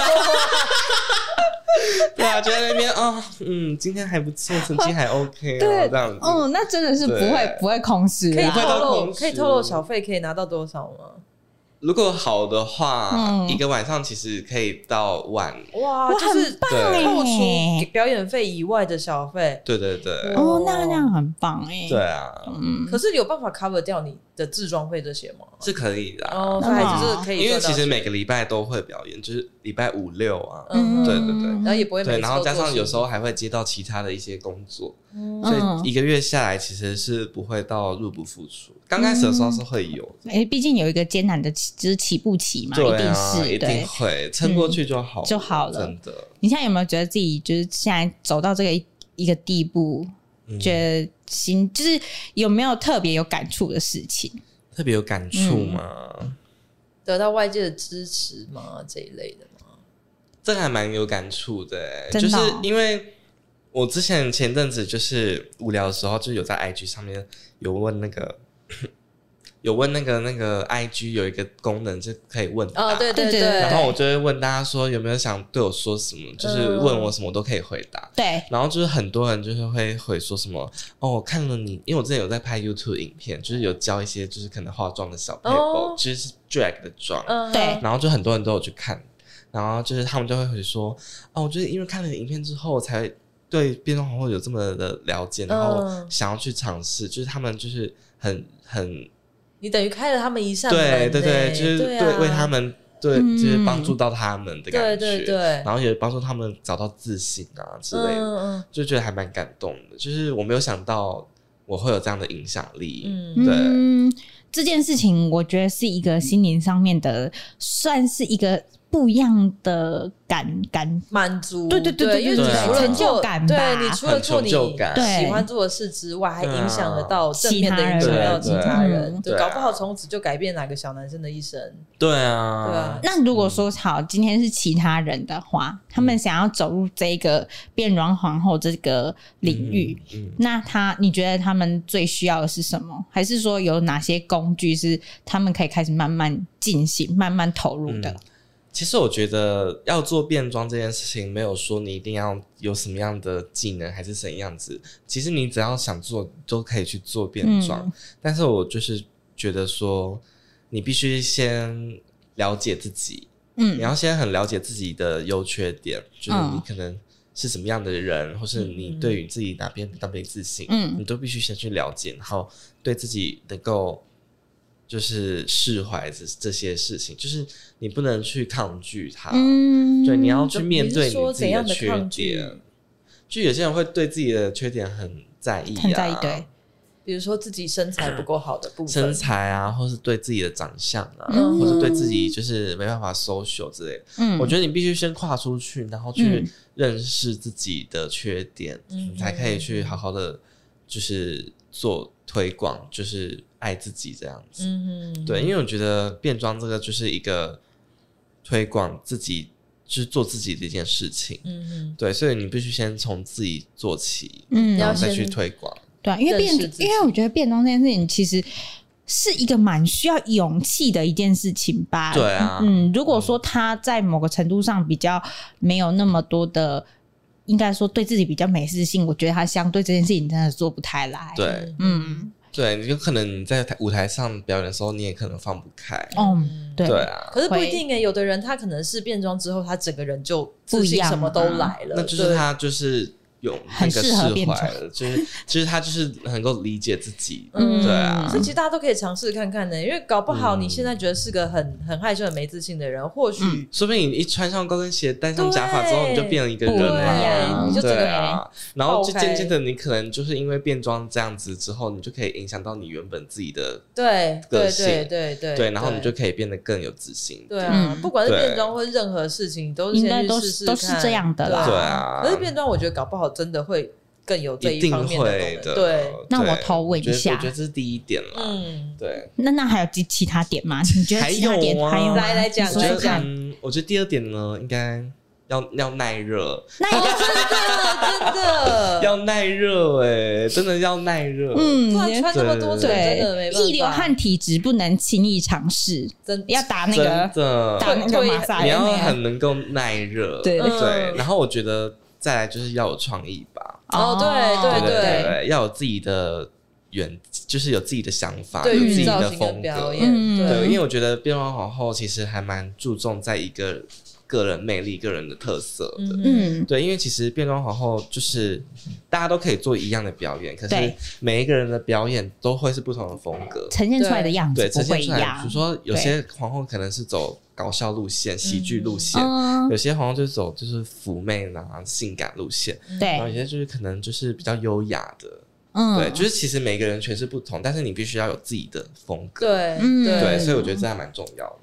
对啊，就在那边今天还不错，成绩还 OK 啊，这样子。 那真的是不会空虚啊。 可以透露小费可以拿到多少吗？ 如果好的话，一个晚上其实可以到万。 哇，就是扣除表演费以外的小费。 对对对。 那样很棒哎。 对啊。 可是有办法 cover 掉你的制装费这些吗？ 是可以的。 就是可以。 因为其实每个礼拜都会表演，就是礼拜5、6啊。对对对。 然后也不会对，然后加上有时候还会接到其他的一些工作，所以一个月下来其实是不会到入不敷出。 刚开始的时候是会有， 毕竟有一个艰难的就是起步期嘛， 对啊， 一定是一定会撑过去就好了， 就好了。 真的， 你现在有没有觉得自己就是现在走到这个一个地步，觉得就是有没有特别有感触的事情？ 特别有感触吗？ 得到外界的支持吗？这一类的吗？ 这还蛮有感触的真的就是因为我前阵子就是无聊的时候，就有在 IG 上面有问那个IG 有一个功能就可以问答， 对对对， 然后我就会问大家说有没有想对我说什么，就是问我什么都可以回答。 对， 然后就是很多人就是会回说什么我看了你，因为我之前有在拍 YouTube 影片，就是有教一些就是可能化妆的小 paper，其实是 drag 的妆， 对， 然后就很多人都有去看，然后就是他们就会回说我就是因为看了你影片之后才对变装皇后有这么的了解，然后想要去尝试，就是他们就是很你等于开了他们一扇门， 对对对，就是对为他们就是帮助到他们的感觉， 对对对， 然后也帮助他们找到自信啊之类的，就觉得还蛮感动的。就是我没有想到我会有这样的影响力，对， 这件事情我觉得是一个心灵上面的，算是一个不一样的感满足， 对对对对， 因为你除了成就感吧， 对你除了做你喜欢做的事之外，还影响得到正面的影响到其他人，对，搞不好从此就改变哪个小男生的一生。 对啊， 对啊。 那如果说好，今天是其他人的话，他们想要走入这个变装皇后这个领域，那你觉得他们最需要的是什么？还是说有哪些工具是他们可以开始慢慢进行、慢慢投入的？ 其实我觉得要做变装这件事情，没有说你一定要有什么样的技能还是怎样子。其实你只要想做，都可以去做变装。但是我就是觉得说，你必须先了解自己，你要先很了解自己的优缺点，就是你可能是什么样的人，或是你对于自己哪边比较没自信，你都必须先去了解，然后对自己能够就是释怀这些事情，就是你不能去抗拒它，对，你要去面对你自己的缺点。就有些人会对自己的缺点很在意， 很在意，对， 比如说自己身材不够好的部分， 身材啊，或是对自己的长相啊，或是对自己就是没办法 social 之类的。我觉得你必须先跨出去，然后去认识自己的缺点，你才可以去好好的就是做推广，就是爱自己这样子。对，因为我觉得变装这个就是一个推广自己，就是做自己的一件事情。对，所以你必须先从自己做起，然后再去推广。 对，因为我觉得变装这件事情其实是一个蛮需要勇气的一件事情吧。 对啊， 如果说他在某个程度上比较没有那么多的，应该说对自己比较没自信，我觉得他相对这件事情真的做不太来。 对，对，有可能你在舞台上表演的时候，你也可能放不开。 对啊。 可是不一定有的人他可能是变装之后，他整个人就自信什么都来了。 那就是他就是有那个释怀了，就是他就是能够理解自己。对啊。 所以其实大家都可以尝试看看呢，因为搞不好你现在觉得是个很害羞、很没自信的人，或许说不定你一穿上高跟鞋、戴上假发之后，你就变了一个人了。 你就整个然后就渐渐的，你可能就是因为变装这样子之后，你就可以影响到你原本自己的个性，对，然后你就可以变得更有自信。 对啊，不管是变装或任何事情，都是先去试试看， 都是这样的啦。 对啊， 可是变装，我觉得搞不好真的会更有这一方面的。 对， 那我偷问一下， 我觉得这是第一点啦。对。 那还有其他点吗？你觉得其他点还有来讲说看。 我觉得第二点呢，应该要耐热， 真的要耐热真的要耐热。 不然穿这么多层真的没办法。 易流汗体质不能轻易尝试，要打那个打那个马赛， 你要很能够耐热。对，然后我觉得再来就是要有创意吧。对，要有自己的就是有自己的想法，有自己的风格。对，因为我觉得变装皇后其实还蛮注重在一个个人魅力、个人的特色的。对，因为其实变装皇后就是大家都可以做一样的表演，可是每一个人的表演都会是不同的风格， 呈现出来的样子不会一样。 比如说有些皇后可能是走搞笑路线、喜剧路线，有些皇后就就是妩媚性感路线，然后有些就是可能就是比较优雅的。 对，就是其实每个人诠释不同，但是你必须要有自己的风格。 对， 对，所以我觉得这还蛮重要的。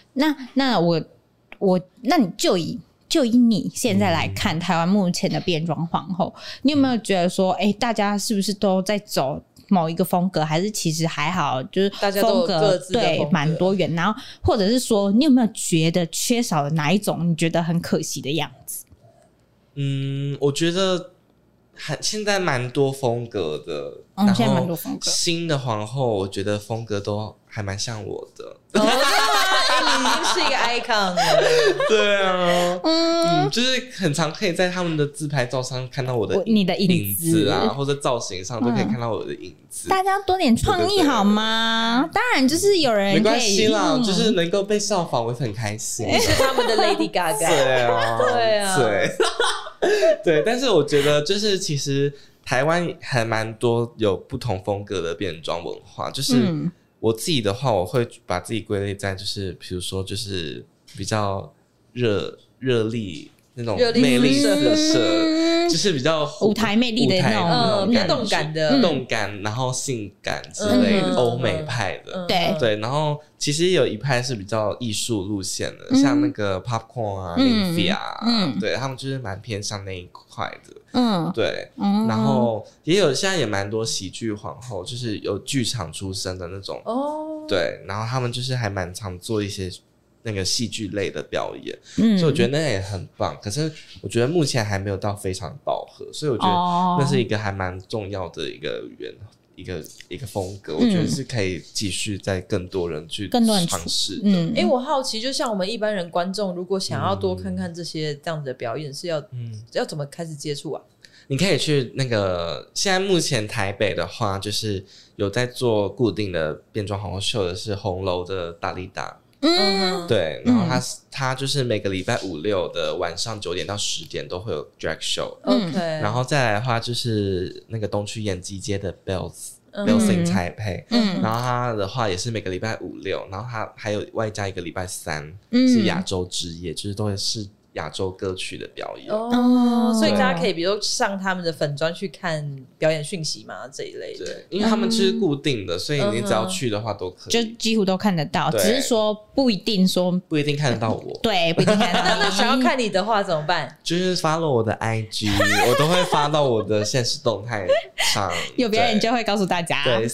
那你就以你现在来看台湾目前的变装皇后，你有没有觉得说，大家是不是都在走某一个风格，还是其实还好，就是大家都有各自的风格， 对，蛮多元。然后或者是说，你有没有觉得缺少了哪一种你觉得很可惜的样子？ 我觉得现在蛮多风格的， 现在蛮多风格。 新的皇后，我觉得风格都还蛮像我的。 你已经是一个 icon 了。 对啊，就是很常可以在他们的自拍照上看到你的影子啊，或者造型上都可以看到我的影子。 大家多点创意好吗？当然，就是有人可以没关系啦，就是能够被效仿，我很开心。 是他们的 Lady Gaga。 对啊， 对啊， 对。但是我觉得，就是其实台湾还蛮多有不同风格的变装文化，就是我自己的话，我会把自己归类在就是比如说就是比较热力那种魅力四射，就是比较舞台魅力的那种动感，然后性感之类的欧美派的，对。然后其实也有一派是比较艺术路线的，像那个 Popcorn 啊、Nymphia 啊，对他们就是蛮偏向那一块的，对。然后也有现在也蛮多喜剧皇后，就是有剧场出身的那种，对。然后他们就是还蛮常做一些那个戏剧类的表演，所以我觉得那也很棒。可是我觉得目前还没有到非常饱和，所以我觉得那是一个还蛮重要的一个风格，我觉得是可以继续在更多人去尝试的。 我好奇，就像我们一般人观众，如果想要多看看这些这样子的表演，是要怎么开始接触啊？ 你可以去那个现在目前台北的话，就是有在做固定的变装皇后秀的是红楼的大力达。对，然后他就是每个礼拜5、6的晚上9点到10点都会有 drag show， 然后再来的话就是那个东区延吉街的 Bells in Taipei，然后他的话也是每个礼拜5、6，然后他还有外加一个礼拜3是亚洲之夜，就是都会是亚洲歌曲的表演所以大家可以比如说上他们的粉专去看表演讯息嘛这一类的。 对，因为他们就是固定的，所以你只要去的话都可以， 就几乎都看得到，只是说不一定看得到我。 对，不一定看得到。 那想要看你的话怎么办？ 就是 follow 我的 IG， 我都会发到我的限时动态上。 有表演就会告诉大家。 对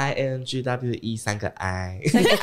，CHINGWE 3个 I。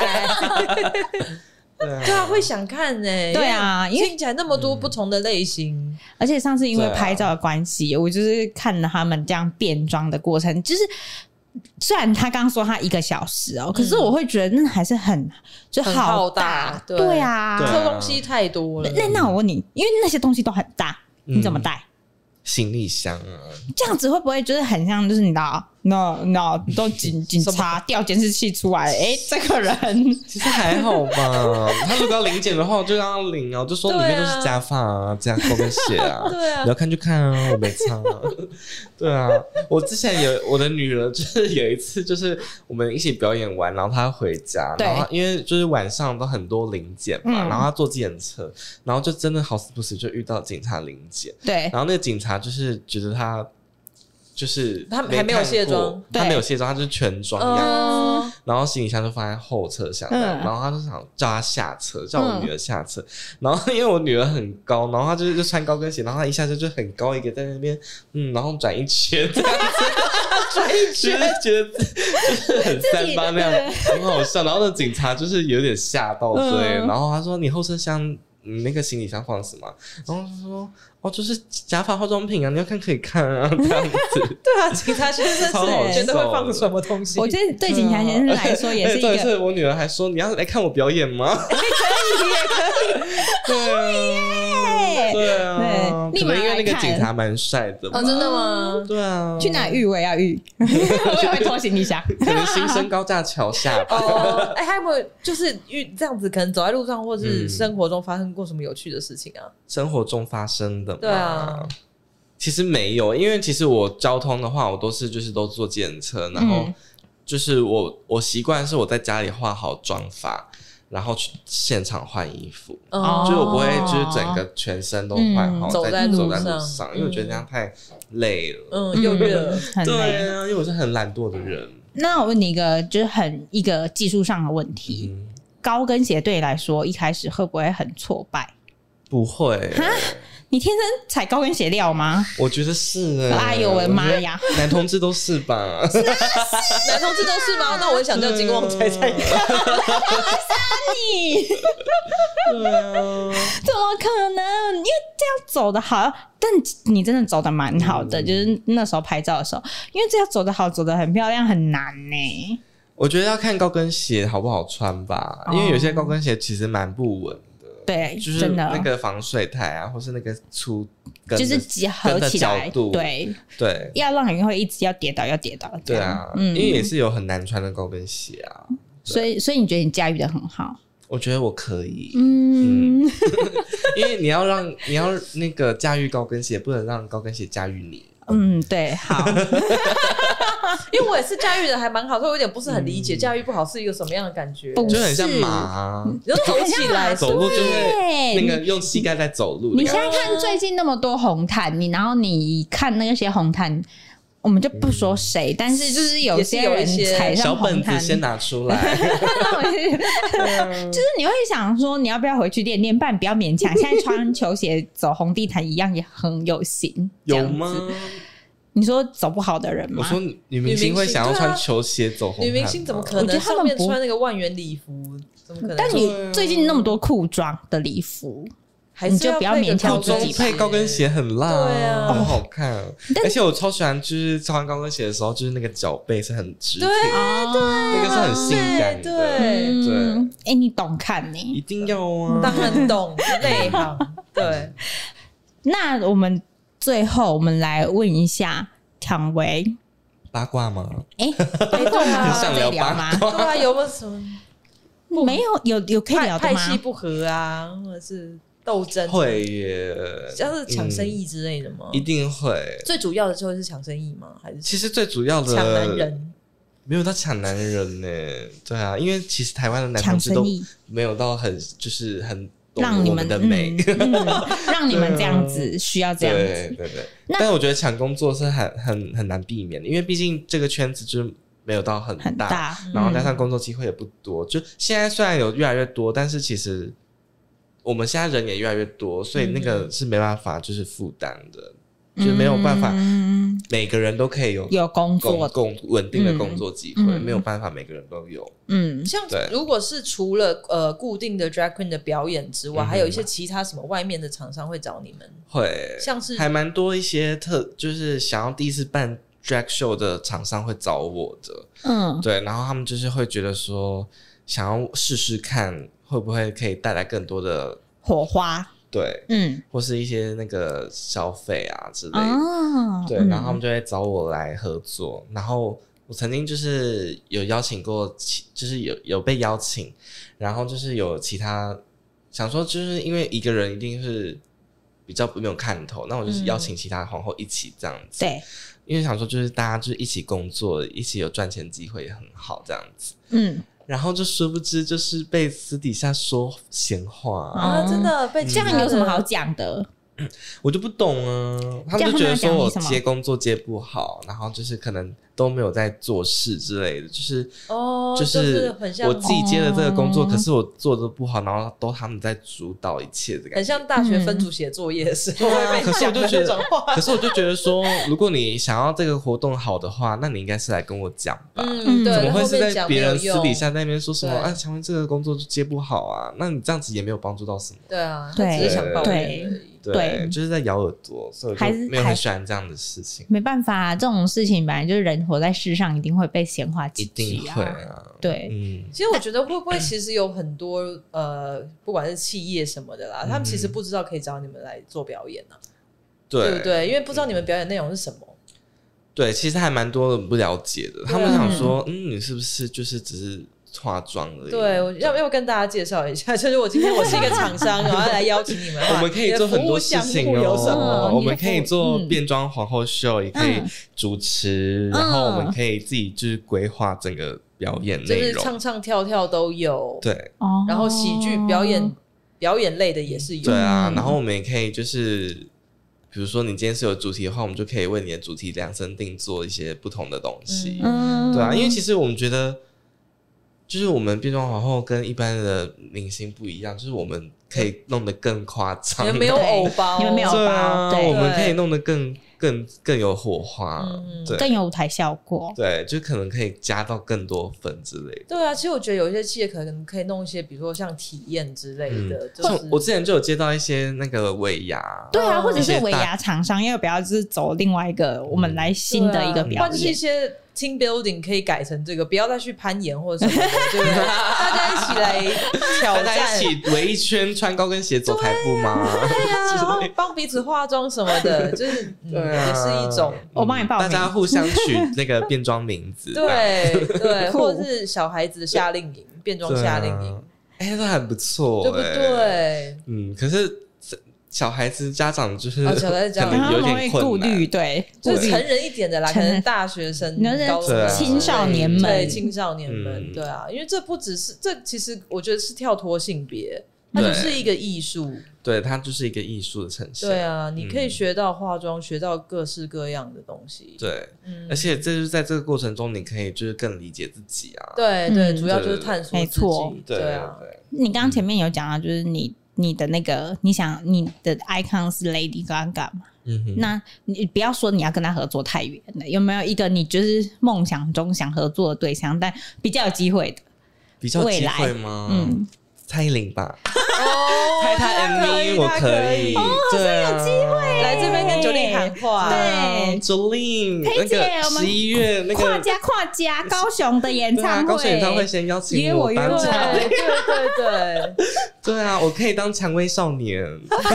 对啊，会想看对啊，因为听起来那么多不同的类型， 而且上次因为拍照的关系，我就是看了他们这样变装的过程，就是虽然他刚刚说他1个小时可是我会觉得那还是很好大，对啊， 这东西太多了。 那我问你，因为那些东西都很大，你怎么带？ 行李箱啊， 这样子会不会就是很像就是你知道那都警察调监视器出来这个人其实还好吧。他如果要领检的话，我就让他领我就说里面都是假发啊，这样勾跟血啊， 对啊， 你要看就看啊，我没差对啊，我之前我的女儿就是有一次就是我们一起表演完，然后她回家，然后因为就是晚上都很多临检嘛，然后她坐计程车，然后就真的好死不死就遇到警察临检，对，然后那个警察就是觉得他就是他还没有卸妆， 他没有卸妆，他就是全妆的样子，然后行李箱就放在后车厢，然后他就想叫他下车，叫我女儿下车，然后因为我女儿很高，然后他就穿高跟鞋，然后他一下车就很高一个在那边，然后转一圈这样子， 转一圈， 觉得就是很3八那样，很好笑。然后那警察就是有点吓到之类，然后他说你后车厢。你那个行李箱放什么？然后他说就是假发化妆品啊，你要看可以看啊，这样子。 对啊，警察先生是觉得会放什么东西？ 我觉得对警察先生来说也是一个。 对，我女儿还说你要来看我表演吗？ 可以， 对啊，可能因为那个警察蛮帅的吧？ 真的吗？ 对啊。 去哪遇我也要遇，我也会拖行李箱。 可能新生高架桥下吧。 还有没有就是这样子，可能走在路上或是生活中发生过什么有趣的事情啊？ 生活中发生的吗？ 对啊， 其实没有，因为其实我交通的话，我都都坐计程车，然后就是我习惯是我在家里化好妆发， 然后去现场换衣服，就是我不会就是整个全身都换好走在路上，因为我觉得这样太累了， 又热， 对啊，因为我是很懒惰的人。 那我问你一个就是一个技术上的问题，高跟鞋对你来说一开始会不会很挫败？ 不会你天生踩高跟鞋料吗？ 我觉得是哎呦我的妈呀， 男同志都是吧？ 男同志都是吗？那我也想叫金旺猜猜看。 你对啊， 怎么可能？因为这样走的好，但你真的走的蛮好的，就是那时候拍照的时候，因为这样走的好，走的很漂亮，很难呢。 我觉得要看高跟鞋好不好穿吧，因为有些高跟鞋其实蛮不稳的。 对， 就是那个防水台啊，或是那个粗跟就是结合起来，对，要让人会一直要跌倒， 对啊，因为也是有很难穿的高跟鞋啊， 所以你觉得你驾驭的很好？ 我觉得我可以，因为你要那个驾驭高跟鞋，不能让高跟鞋驾驭你。 对，好。 因为我也是驾驭的还蛮好，所以我有点不是很理解驾驭不好是一个什么样的感觉， 就很像马， 你就走起来， 走路就会那个用膝盖在走路。 你现在看最近那么多红毯，然后你看那些红毯，我们就不说谁，但是就是有些人踩上红毯， 小本子先拿出来。 就是你会想说，你要不要回去练，不然不要勉强。现在穿球鞋走红地毯一样也很有型， 有吗？ 你说走不好的人吗？ 我说女明星会想要穿球鞋走红毯， 女明星怎么可能？上面穿那个万元礼服，怎么可能？ 但你最近那么多裤装的礼服，你就不要勉强自己。 配高跟鞋很辣， 对啊， 很好看。而且我超喜欢，就是穿高跟鞋的时候，就是那个脚背是很直挺， 对， 那个是很性感的。 对，你懂看呢？ 一定要啊， 当然懂，内行。对， 那我们最后我们来问一下唐维八卦吗？ 八卦吗？ 想聊八卦？ 对啊，有没有什么？ 没有可以聊的吗？ 派系不合啊，或者是斗争？ 会耶， 像是抢生意之类的吗？ 一定会。 最主要的就会是抢生意吗？还是其实最主要的抢男人？ 没有到抢男人呢，对啊，因为其实台湾的男同志都没有到很就是很让你们的美， 让你们这样子需要这样子， 对。但我觉得抢工作是很难避免的，因为毕竟这个圈子就是没有到很大，然后加上工作机会也不多。就现在虽然有越来越多，但是其实我们现在人也越来越多，所以那个是没办法就是负担的。就没有办法，每个人都可以有工作稳定的工作机会，没有办法每个人都有。 像如果是除了固定的 drag queen 的表演之外，还有一些其他什么外面的厂商会找你们？ 会， 像是还蛮多一些就是想要第一次办 drag show 的厂商会找我的，对，然后他们就是会觉得说想要试试看会不会可以带来更多的火花。 对，或是一些那个消费啊之类的，对，然后他们就会找我来合作。然后我曾经就是有邀请过，就是有被邀请，然后就是有其他想说，就是因为一个人一定是比较没有看头，那我就是邀请其他皇后一起这样子， 对， 因为想说就是大家就是一起工作，一起有赚钱机会也很好这样子，然后就殊不知就是被私底下说闲话啊，真的被这样有什么好讲的？ 我就不懂啊，他们就觉得说我接工作接不好，然后就是可能都没有在做事之类的，就是我自己接了这个工作，可是我做的不好，然后都他们在主导一切的感觉， 很像大学分组写作业的时候会被讲的那种话。 可是我就觉得说，如果你想要这个活动好的话，那你应该是来跟我讲吧，怎么会是在别人私底下在那边说什么啊？请问这个工作就接不好啊？那你这样子也没有帮助到什么。 对啊，只是想抱怨而已。 对，就是在咬耳朵，所以我就没有很喜欢这样的事情。 没办法，这种事情本来就是人活在世上，一定会被闲话几句一定会啊。 对， 其实我觉得会不会其实有很多不管是企业什么的啦，他们其实不知道可以找你们来做表演啊，对不对？因为不知道你们表演内容是什么。 对，其实还蛮多人不了解的，他们想说，你是不是就是只是化妆而已？ 对，我要不要跟大家介绍一下？就是我今天我是一个厂商，然后来邀请你们， 我们可以做很多事情哦。我们可以做变装皇后秀，也可以主持，然后我们可以自己就是规划整个表演内容， 就是唱唱跳跳都有， 对， 然后喜剧表演类的也是有， 对啊，然后我们也可以就是比如说你今天是有主题的话，我们就可以为你的主题量身定做一些不同的东西，对啊，因为其实我们觉得就是我们变装皇后跟一般的明星不一样，就是我们可以弄得更夸张， 你们没有偶包， 你们没有偶包，对， 我们可以弄得更有火花，对， 更有舞台效果， 对，就可能可以加到更多分之类的。 对啊，其实我觉得有一些企业可能可以弄一些，比如说像体验之类的，就是我之前就有接到一些那个尾牙， 对啊，或者是尾牙厂商，要不要就是走另外一个我们来新的一个表演， 或者是一些 team building 可以改成这个，不要再去攀岩或者什么的，对不对？大家一起来挑战， 大家一起围一圈，穿高跟鞋走台步吗？ 对啊，然后帮彼此化妆什么的，就是也是一种， 我帮你报名， 大家互相取那个变装名字， 对对，或者是小孩子的夏令营，变装夏令营， 哎，那很不错， 对不对？ 可是小孩子家长就是小孩子家长可能有点顾虑，对， 就是成人一点的啦，可能大学生、高中青少年们， 对青少年们，对啊，因为这不只是这，其实我觉得是跳脱性别，它就是一个艺术， 对，它就是一个艺术的呈现。 对啊，你可以学到化妆，学到各式各样的东西。 对，而且这就是在这个过程中，你可以就是更理解自己啊。 对对，主要就是探索自己。对啊， 你刚刚前面有讲到，就是你的那个，你的 icon 是 Lady Gaga 嘛？那你不要说你要跟他合作太远了，有没有一个你就是梦想中想合作的对象，但比较有机会的？ 比较有机会吗？蔡依林吧，拍她 MV 我可以， 好像有机会来这边跟Jolin喊话， 对，Jolin， 佩姐， 那个11月那个跨家高雄的演唱会， 高雄演唱会先邀请我当嘉宾， 对， 对啊，我可以当蔷薇少年，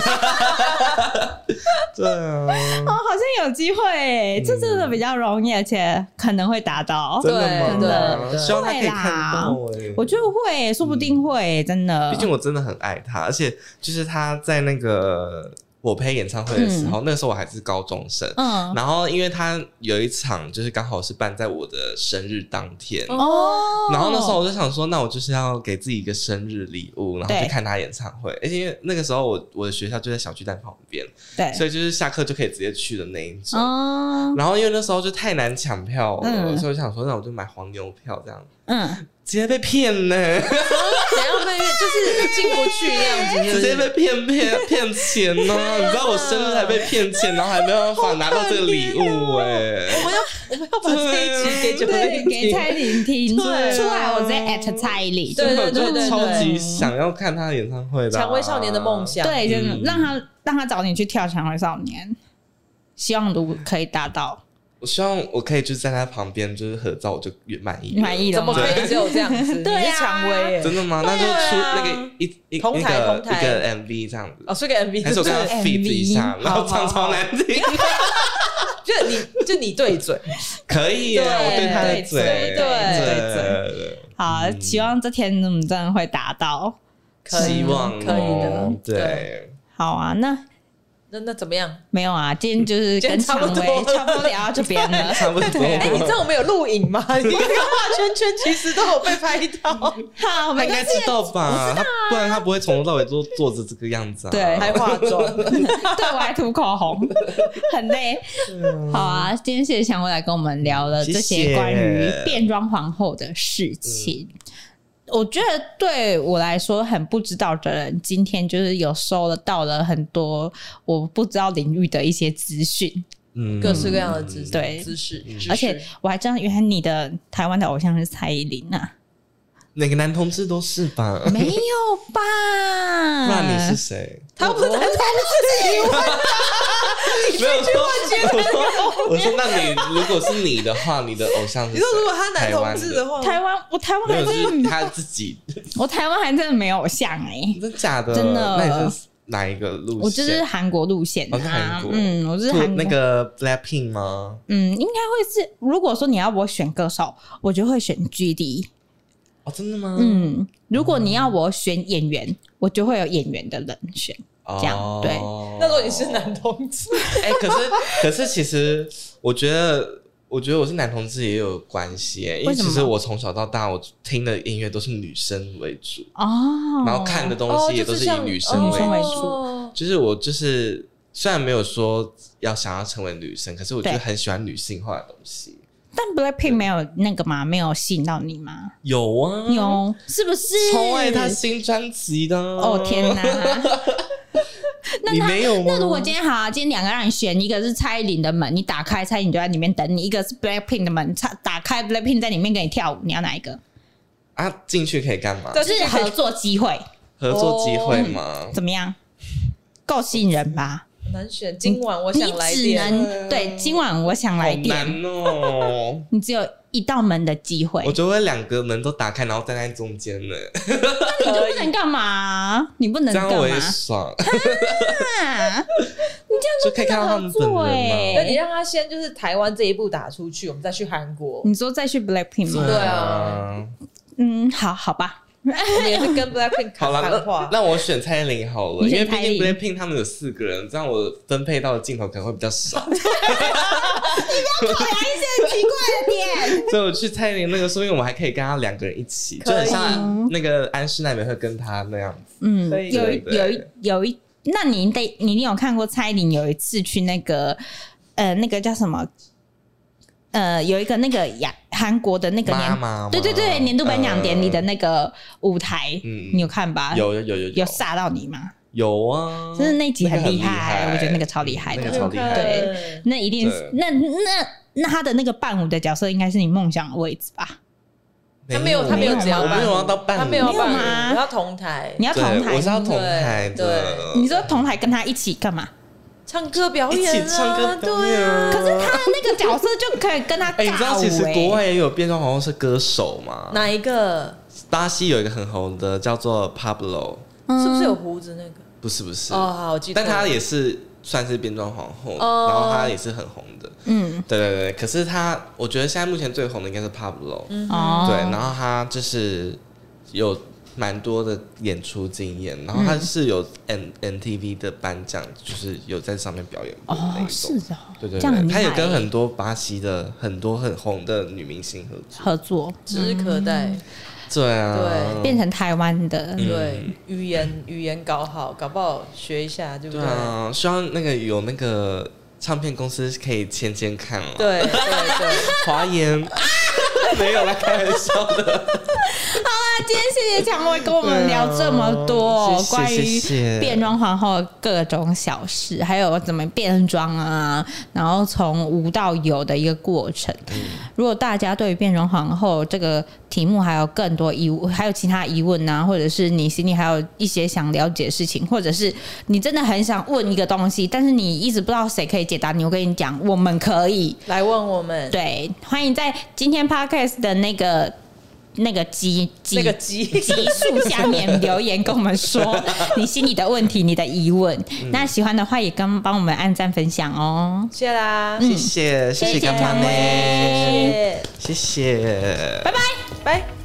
对啊， 好像有机会，这真的比较容易，而且可能会达到， 真的吗？ 真的， 希望他可以看到， 我觉得会，说不定会，真的， 毕竟我真的很爱他，而且就是他在那个我陪演唱会的时候，那时候我还是高中生，然后因为他有一场就是刚好是办在我的生日当天，然后那时候我就想说，那我就是要给自己一个生日礼物，然后去看他演唱会，而且因为那个时候我的学校就在小巨蛋旁边，对，所以就是下课就可以直接去的那一种，然后因为那时候就太难抢票了，所以我想说，那我就买黄牛票这样，直接被骗呢，怎样被骗？就是进不去那样子， 直接被骗钱呢、你知道我生日还被骗钱，然后还没有办法拿到这个礼物我们要把这一集给蔡依林听，出来我直接 at 蔡依林， 对，超级想要看他的演唱会的蔷薇少年的梦想， 对，真的让他找你去跳蔷薇少年，希望如果可以达到。 我希望我可以就是在他旁边就是合照，我就满意了。 怎么可以只有这样子？ 对啊，蔷薇真的吗？那就出那个一个 MV 这样子， 出个 MV， 还是我跟他 fit 一下，然后唱超难听。 就你对嘴， 可以啊，我对他的嘴， 对， 好，希望这天我们真的会达到， 希望可以的， 对， 好啊， 那怎么样？ 没有啊，今天就是跟蔷薇差不多聊到这边了， 差不多。 你知道我们有录影吗？你那个画圈圈其实都有被拍到。 好， 他应该知道吧？不然他不会从头到尾做着这个样子啊。 对， 还化妆， 对我还涂口红，很累。好啊，今天谢谢蔷薇来跟我们聊了这些关于变装皇后的事情。我觉得对我来说很不知道的人，今天就是有收到了很多我不知道领域的一些资讯， 各式各样的知识， 而且我还知道原来你的台湾的偶像是蔡依林啊， 哪个男同志都是吧？ 没有吧？ 不然你是谁？ 他不是男同志， 没有说。我说，那你如果是你的话，你的偶像是谁？ 你说如果他男同志的话， 台湾还是他自己。 我台湾还真的没有偶像真的假的？ 真的？ 那你是哪一个路线？ 我就是韩国路线韩国。 我是韩国那个 Blackpink 吗？ 应该会是。如果说你要我选歌手，我就会选 GD。 哦，真的吗？ 如果你要我选演员，我就会有演员的人选。这样对。 那如果你是男同志， 可是其实我觉得我觉得我是男同志也有关系因为其实我从小到大我听的音乐都是女生为主然后看的东西也都是以女生为主，就是我就是虽然没有说想要成为女生，可是我就很喜欢女性化的东西。 但 Blackpink 没有那个吗？没有吸引到你吗？ 有啊， 有，是不是？ 超爱他新专辑的。 哦天哪！ 你没有吗？ 那如果今天今天两个让你选，一个是蔡依林的门，你打开蔡依林就在里面等你；一个是 Blackpink 的门，打开 Blackpink 在里面跟你跳舞，你要哪一个？ 啊，进去可以干嘛？ 就是合作机会。 合作机会吗？ 怎么样？够吸引人吧？ 很难选。今晚我想来电。 你只能对，今晚我想来电。 好难哦！ 你只有一道门的机会。 我就会两个门都打开，然后站在中间呢。 那你就不能干嘛？你不能干嘛？ 这样我也爽。 你这样就可以看到他们本人吗？ 那你让他先就是台湾这一步打出去，我们再去韩国。 你说再去 Blackpink 吗？ 对啊。 好吧。 我们也是跟 Blackpink 好了，那我选蔡依林好了，因为毕竟 Blackpink 他们有4个人，这样我分配到的镜头可能会比较少。你不要考量一些很奇怪的点。 所以我去蔡依林那个，说明我们还可以跟他2个人一起，就很像那个安室奈美惠跟他那样子。 有一，那你一定有看过蔡依林有一次去那个那个叫什么？有一个那个韩国的那个对年度颁奖典礼的那个舞台，你有看吧？ 有煞到你吗？ 有啊， 真的那集很厉害，我觉得那个超厉害的，对，那一定是那他的那个伴舞的角色应该是你梦想的位置吧？ 他没有只要我没有要到伴舞， 他没有伴舞，你要同台， 你要同台， 我是要同台的。 你说同台跟他一起干嘛？ 唱歌表演一起唱歌表演啊！ 可是他的那个角色就可以跟他尬舞。 你知道其实国外也有变装皇后是歌手吗？ 哪一个？ 巴西有一个很红的叫做 Pablo， 是不是有胡子那个？ 不是好，我记得。 但他也是算是变装皇后，然后他也是很红的。对。可是我觉得现在目前最红的应该是 Pablo。对，然后他就是有蛮多的演出经验，然后他是有 NTV 的颁奖，就是有在上面表演过那种。 是哦， 对，他也跟很多巴西的很多很红的女明星合作， 指日可待。 对啊， 对，变成台湾的， 对，语言搞好，搞不好学一下，对不对？ 对啊，希望有那个唱片公司可以签看啊。 对， 华研没有啦，开玩笑的。 好啦，今天谢谢蔷薇跟我们聊这么多关于变装皇后的各种小事，还有怎么变装啊，然后从无到有的一个过程。如果大家对于变装皇后这个题目还有更多疑问，还有其他疑问啊，或者是你心里还有一些想了解的事情，或者是你真的很想问一个东西，但是你一直不知道谁可以解答你，我跟你讲，我们可以来问我们。 对，欢迎在今天 podcast 的那个集数下面留言跟我们说你心里的问题、你的疑问。那喜欢的话也帮我们按赞分享哦。 谢谢啦， 谢谢干妈妹，谢谢， 拜拜。